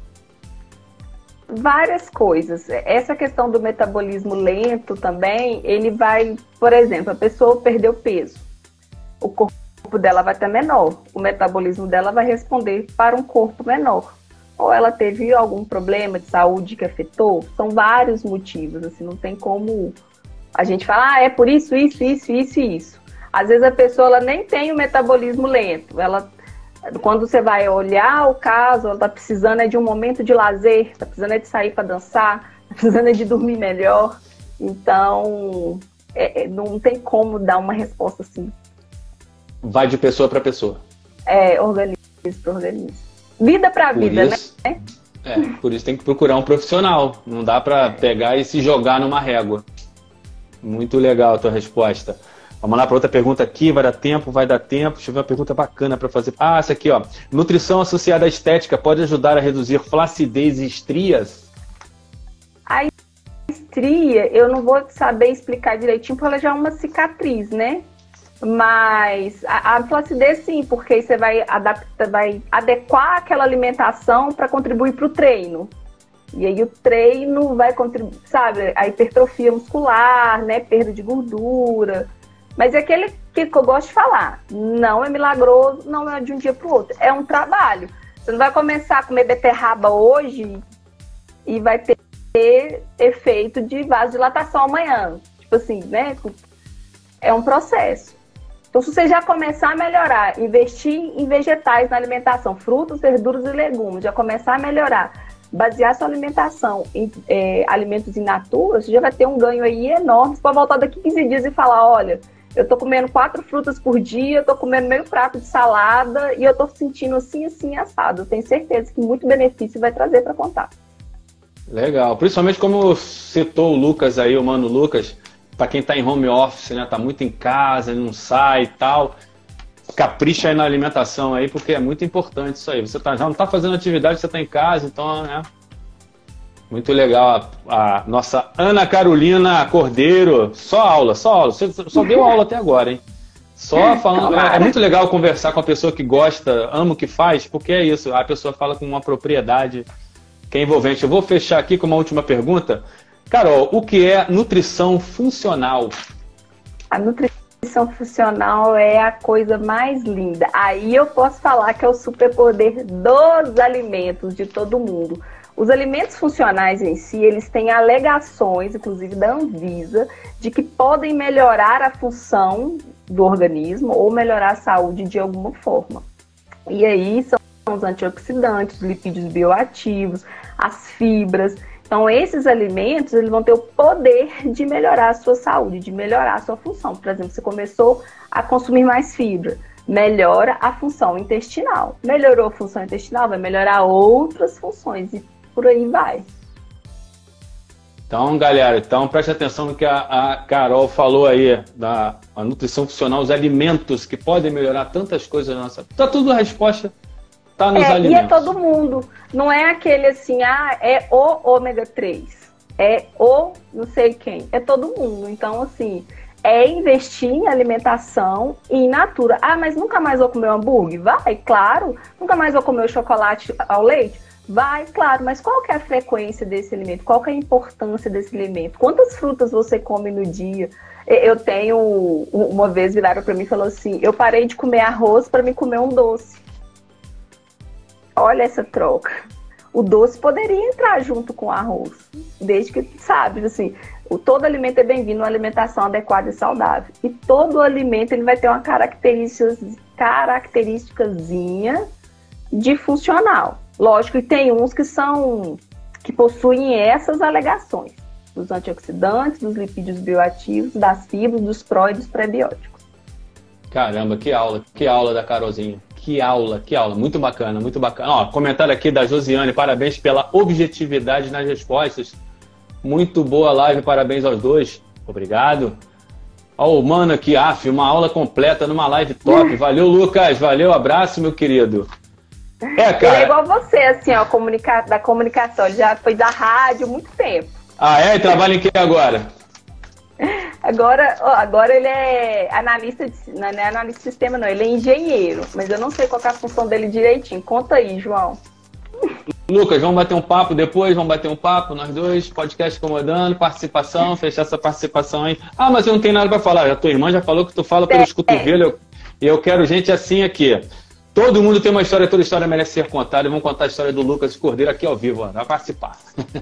Várias coisas. Essa questão do metabolismo lento também, ele vai, por exemplo, a pessoa perdeu peso. O corpo dela vai estar menor, o metabolismo dela vai responder para um corpo menor. Ou ela teve algum problema de saúde que afetou, são vários motivos, assim, não tem como a gente falar, ah, é por isso, isso, isso, isso e isso. Às vezes a pessoa ela nem tem o metabolismo lento, ela, quando você vai olhar o caso, ela está precisando é de um momento de lazer, está precisando é de sair para dançar, está precisando é de dormir melhor, então é, não tem como dar uma resposta assim. Vai de pessoa para pessoa. É, organismo para organismo. Vida para vida, isso, né? É, por isso tem que procurar um profissional. Não dá para pegar e se jogar numa régua. Muito legal a tua resposta. Vamos lá para outra pergunta aqui. Vai dar tempo? Vai dar tempo. Deixa eu ver uma pergunta bacana para fazer. Ah, essa aqui, ó. Nutrição associada à estética pode ajudar a reduzir flacidez e estrias? A estria, eu não vou saber explicar direitinho, porque ela já é uma cicatriz, né? Mas a, a flacidez sim, porque você vai, adaptar, vai adequar aquela alimentação para contribuir para o treino. E aí o treino vai contribuir, sabe, a hipertrofia muscular, né, perda de gordura. Mas é aquele que eu gosto de falar, não é milagroso, não é de um dia para o outro, é um trabalho. Você não vai começar a comer beterraba hoje e vai ter efeito de vasodilatação amanhã. Tipo assim, né, é um processo. Então, se você já começar a melhorar, investir em vegetais na alimentação, frutas, verduras e legumes, já começar a melhorar, basear sua alimentação em é, alimentos in natura, você já vai ter um ganho aí enorme. Você pode voltar daqui quinze dias e falar, olha, eu tô comendo quatro frutas por dia, eu tô comendo meio prato de salada e eu tô sentindo assim, assim, assado. Eu tenho certeza que muito benefício vai trazer para contar. Legal. Principalmente como citou o Lucas aí, o Mano Lucas, para quem está em home office, né, tá muito em casa, não sai e tal, capricha aí na alimentação aí, porque é muito importante isso aí. Você tá, já não está fazendo atividade, você está em casa, então, né? Muito legal. A, a nossa Ana Carolina Cordeiro, só aula, só aula. Você só deu aula até agora, hein? Só falando. É, é muito legal conversar com a pessoa que gosta, ama o que faz, porque é isso, a pessoa fala com uma propriedade que é envolvente. Eu vou fechar aqui com uma última pergunta. Carol, o que é nutrição funcional? A nutrição funcional é a coisa mais linda. Aí eu posso falar que é o superpoder dos alimentos de todo mundo. Os alimentos funcionais em si, eles têm alegações, inclusive da Anvisa, de que podem melhorar a função do organismo ou melhorar a saúde de alguma forma. E aí são os antioxidantes, os lipídios bioativos, as fibras. Então, esses alimentos, eles vão ter o poder de melhorar a sua saúde, de melhorar a sua função. Por exemplo, você começou a consumir mais fibra, melhora a função intestinal. Melhorou a função intestinal, vai melhorar outras funções e por aí vai. Então, galera, então preste atenção no que a, a Carol falou aí, da a nutrição funcional, os alimentos que podem melhorar tantas coisas na nossa... Tá tudo a resposta... Tá nos é, alimentos. E é todo mundo. Não é aquele assim, ah, é o ômega três. É o não sei quem. É todo mundo. Então, assim, é investir em alimentação e in natura. Ah, mas nunca mais vou comer um hambúrguer? Vai, claro. Nunca mais vou comer o chocolate ao leite? Vai, claro, mas qual que é a frequência desse alimento? Qual que é a importância desse alimento? Quantas frutas você come no dia? Eu tenho, uma vez viraram para mim e falou assim, eu parei de comer arroz para me comer um doce. Olha essa troca. O doce poderia entrar junto com o arroz, desde que, sabe, assim, todo alimento é bem-vindo, uma alimentação adequada e saudável. E todo alimento ele vai ter uma característica, característicazinha de funcional. Lógico que tem uns que são, que possuem essas alegações, dos antioxidantes, dos lipídios bioativos, das fibras, dos pró e dos prebióticos. Caramba, que aula, que aula da Carolzinha. Que aula, que aula, muito bacana, muito bacana. Ó, comentário aqui da Josiane, parabéns pela objetividade nas respostas. Muito boa live, parabéns aos dois. Obrigado. Ó, o mano aqui, af, uma aula completa numa live top. Valeu, Lucas, valeu, abraço, meu querido. É, cara. Ele é igual você, assim, ó, comunica... da comunicação, ele já foi da rádio há muito tempo. Ah, é? E trabalha em que agora? Agora, ó, agora ele é analista, de, não é analista de sistema não, ele é engenheiro, mas eu não sei qual é a função dele direitinho. Conta aí, João. Lucas, vamos bater um papo depois, vamos bater um papo, nós dois, podcast Comodando, participação, fechar essa participação aí. Ah, mas eu não tenho nada pra falar, a tua irmã já falou que tu fala pelos é, cotovelos, e eu, eu quero gente assim aqui. Todo mundo tem uma história, toda história merece ser contada, e vamos contar a história do Lucas Cordeiro aqui ao vivo, ó, vai participar.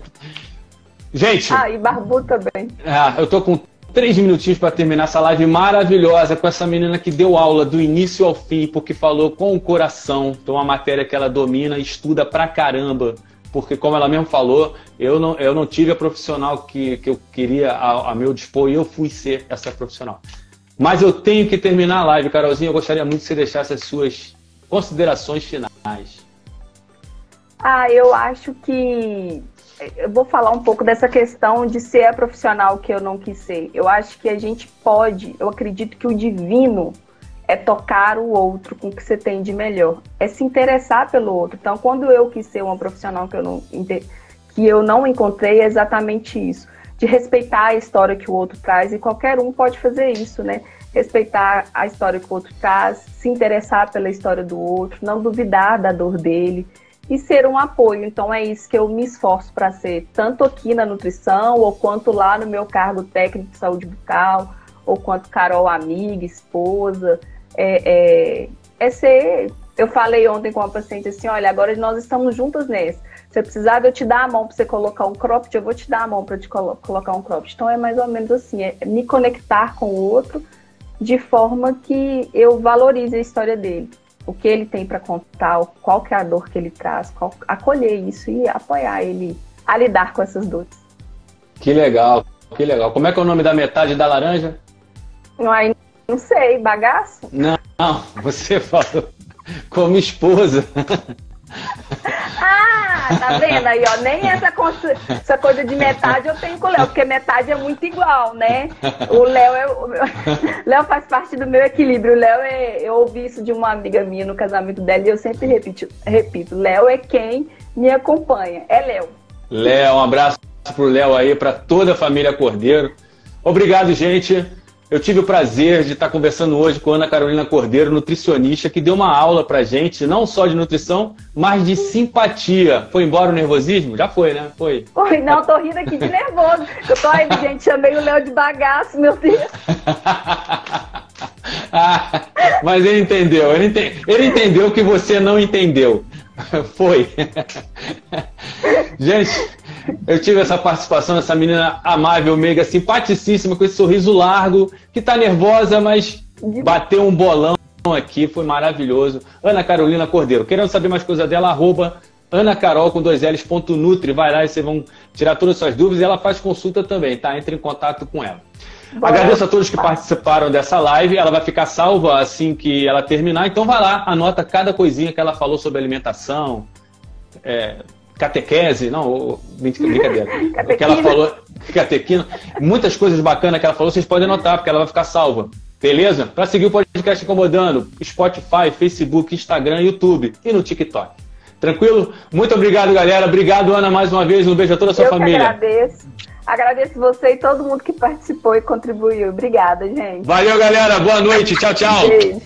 Gente... Ah, e Barbu também. Ah, eu tô com três minutinhos para terminar essa live maravilhosa com essa menina que deu aula do início ao fim, porque falou com o coração. Então, uma matéria que ela domina, estuda pra caramba. Porque, como ela mesmo falou, eu não, eu não tive a profissional que, que eu queria a, a meu dispor e eu fui ser essa profissional. Mas eu tenho que terminar a live, Carolzinha. Eu gostaria muito que você deixasse as suas considerações finais. Ah, eu acho que... Eu vou falar um pouco dessa questão de ser a profissional que eu não quis ser. Eu acho que a gente pode, eu acredito que o divino é tocar o outro com o que você tem de melhor. É se interessar pelo outro. Então, quando eu quis ser uma profissional que eu não, que eu não encontrei, é exatamente isso. De respeitar a história que o outro traz, e qualquer um pode fazer isso, né? Respeitar a história que o outro traz, se interessar pela história do outro, não duvidar da dor dele, e ser um apoio. Então é isso que eu me esforço para ser, tanto aqui na nutrição, ou quanto lá no meu cargo técnico de saúde bucal, ou quanto Carol, amiga, esposa. É, é, é ser... Eu falei ontem com uma paciente assim, olha, agora nós estamos juntas nessa. Se eu precisar de eu te dar a mão para você colocar um cropped, eu vou te dar a mão para te colo- colocar um cropped. Então é mais ou menos assim, é me conectar com o outro de forma que eu valorize a história dele. O que ele tem para contar, qual que é a dor que ele traz, qual, acolher isso e apoiar ele a lidar com essas dores. Que legal, que legal. Como é que é o nome da metade da laranja? Ai, não sei, bagaço? Não, você falou como esposa. Ah, tá vendo aí, ó, nem essa, essa coisa de metade eu tenho com o Léo, porque metade é muito igual, né? O Léo é, o meu... Léo faz parte do meu equilíbrio. O Léo é, eu ouvi isso de uma amiga minha no casamento dela e eu sempre repito, repito, Léo é quem me acompanha, é Léo. Léo, um abraço pro Léo aí, para toda a família Cordeiro. Obrigado, gente. Eu tive o prazer de estar conversando hoje com a Ana Carolina Cordeiro, nutricionista, que deu uma aula pra gente, não só de nutrição, mas de simpatia. Foi embora o nervosismo? Já foi, né? Foi. Foi, não, tô rindo aqui de nervoso. Eu tô aí, gente, chamei o Léo de bagaço, meu Deus. Ah, mas ele entendeu, ele, ente... ele entendeu que você não entendeu. Foi. Gente, eu tive essa participação dessa menina amável, meiga, simpaticíssima, com esse sorriso largo, que tá nervosa, mas bateu um bolão aqui, foi maravilhoso. Ana Carolina Cordeiro. Querendo saber mais coisa dela, arroba Ana Carol com dois L's ponto nutri. Vai lá e vocês vão tirar todas as suas dúvidas e ela faz consulta também, tá? Entre em contato com ela. Boa. Agradeço a todos que participaram dessa live. Ela vai ficar salva assim que ela terminar. Então vai lá, anota cada coisinha que ela falou sobre alimentação, é, catequese, não, brincadeira. O que ela falou, catequina, muitas coisas bacanas que ela falou, vocês podem anotar, porque ela vai ficar salva. Beleza? Para seguir o podcast Incomodando, Spotify, Facebook, Instagram, YouTube e no TikTok. Tranquilo? Muito obrigado, galera. Obrigado, Ana, mais uma vez. Um beijo a toda a sua Eu família. Eu agradeço. Agradeço você e todo mundo que participou e contribuiu. Obrigada, gente. Valeu, galera. Boa noite. Tchau, tchau. Beijo.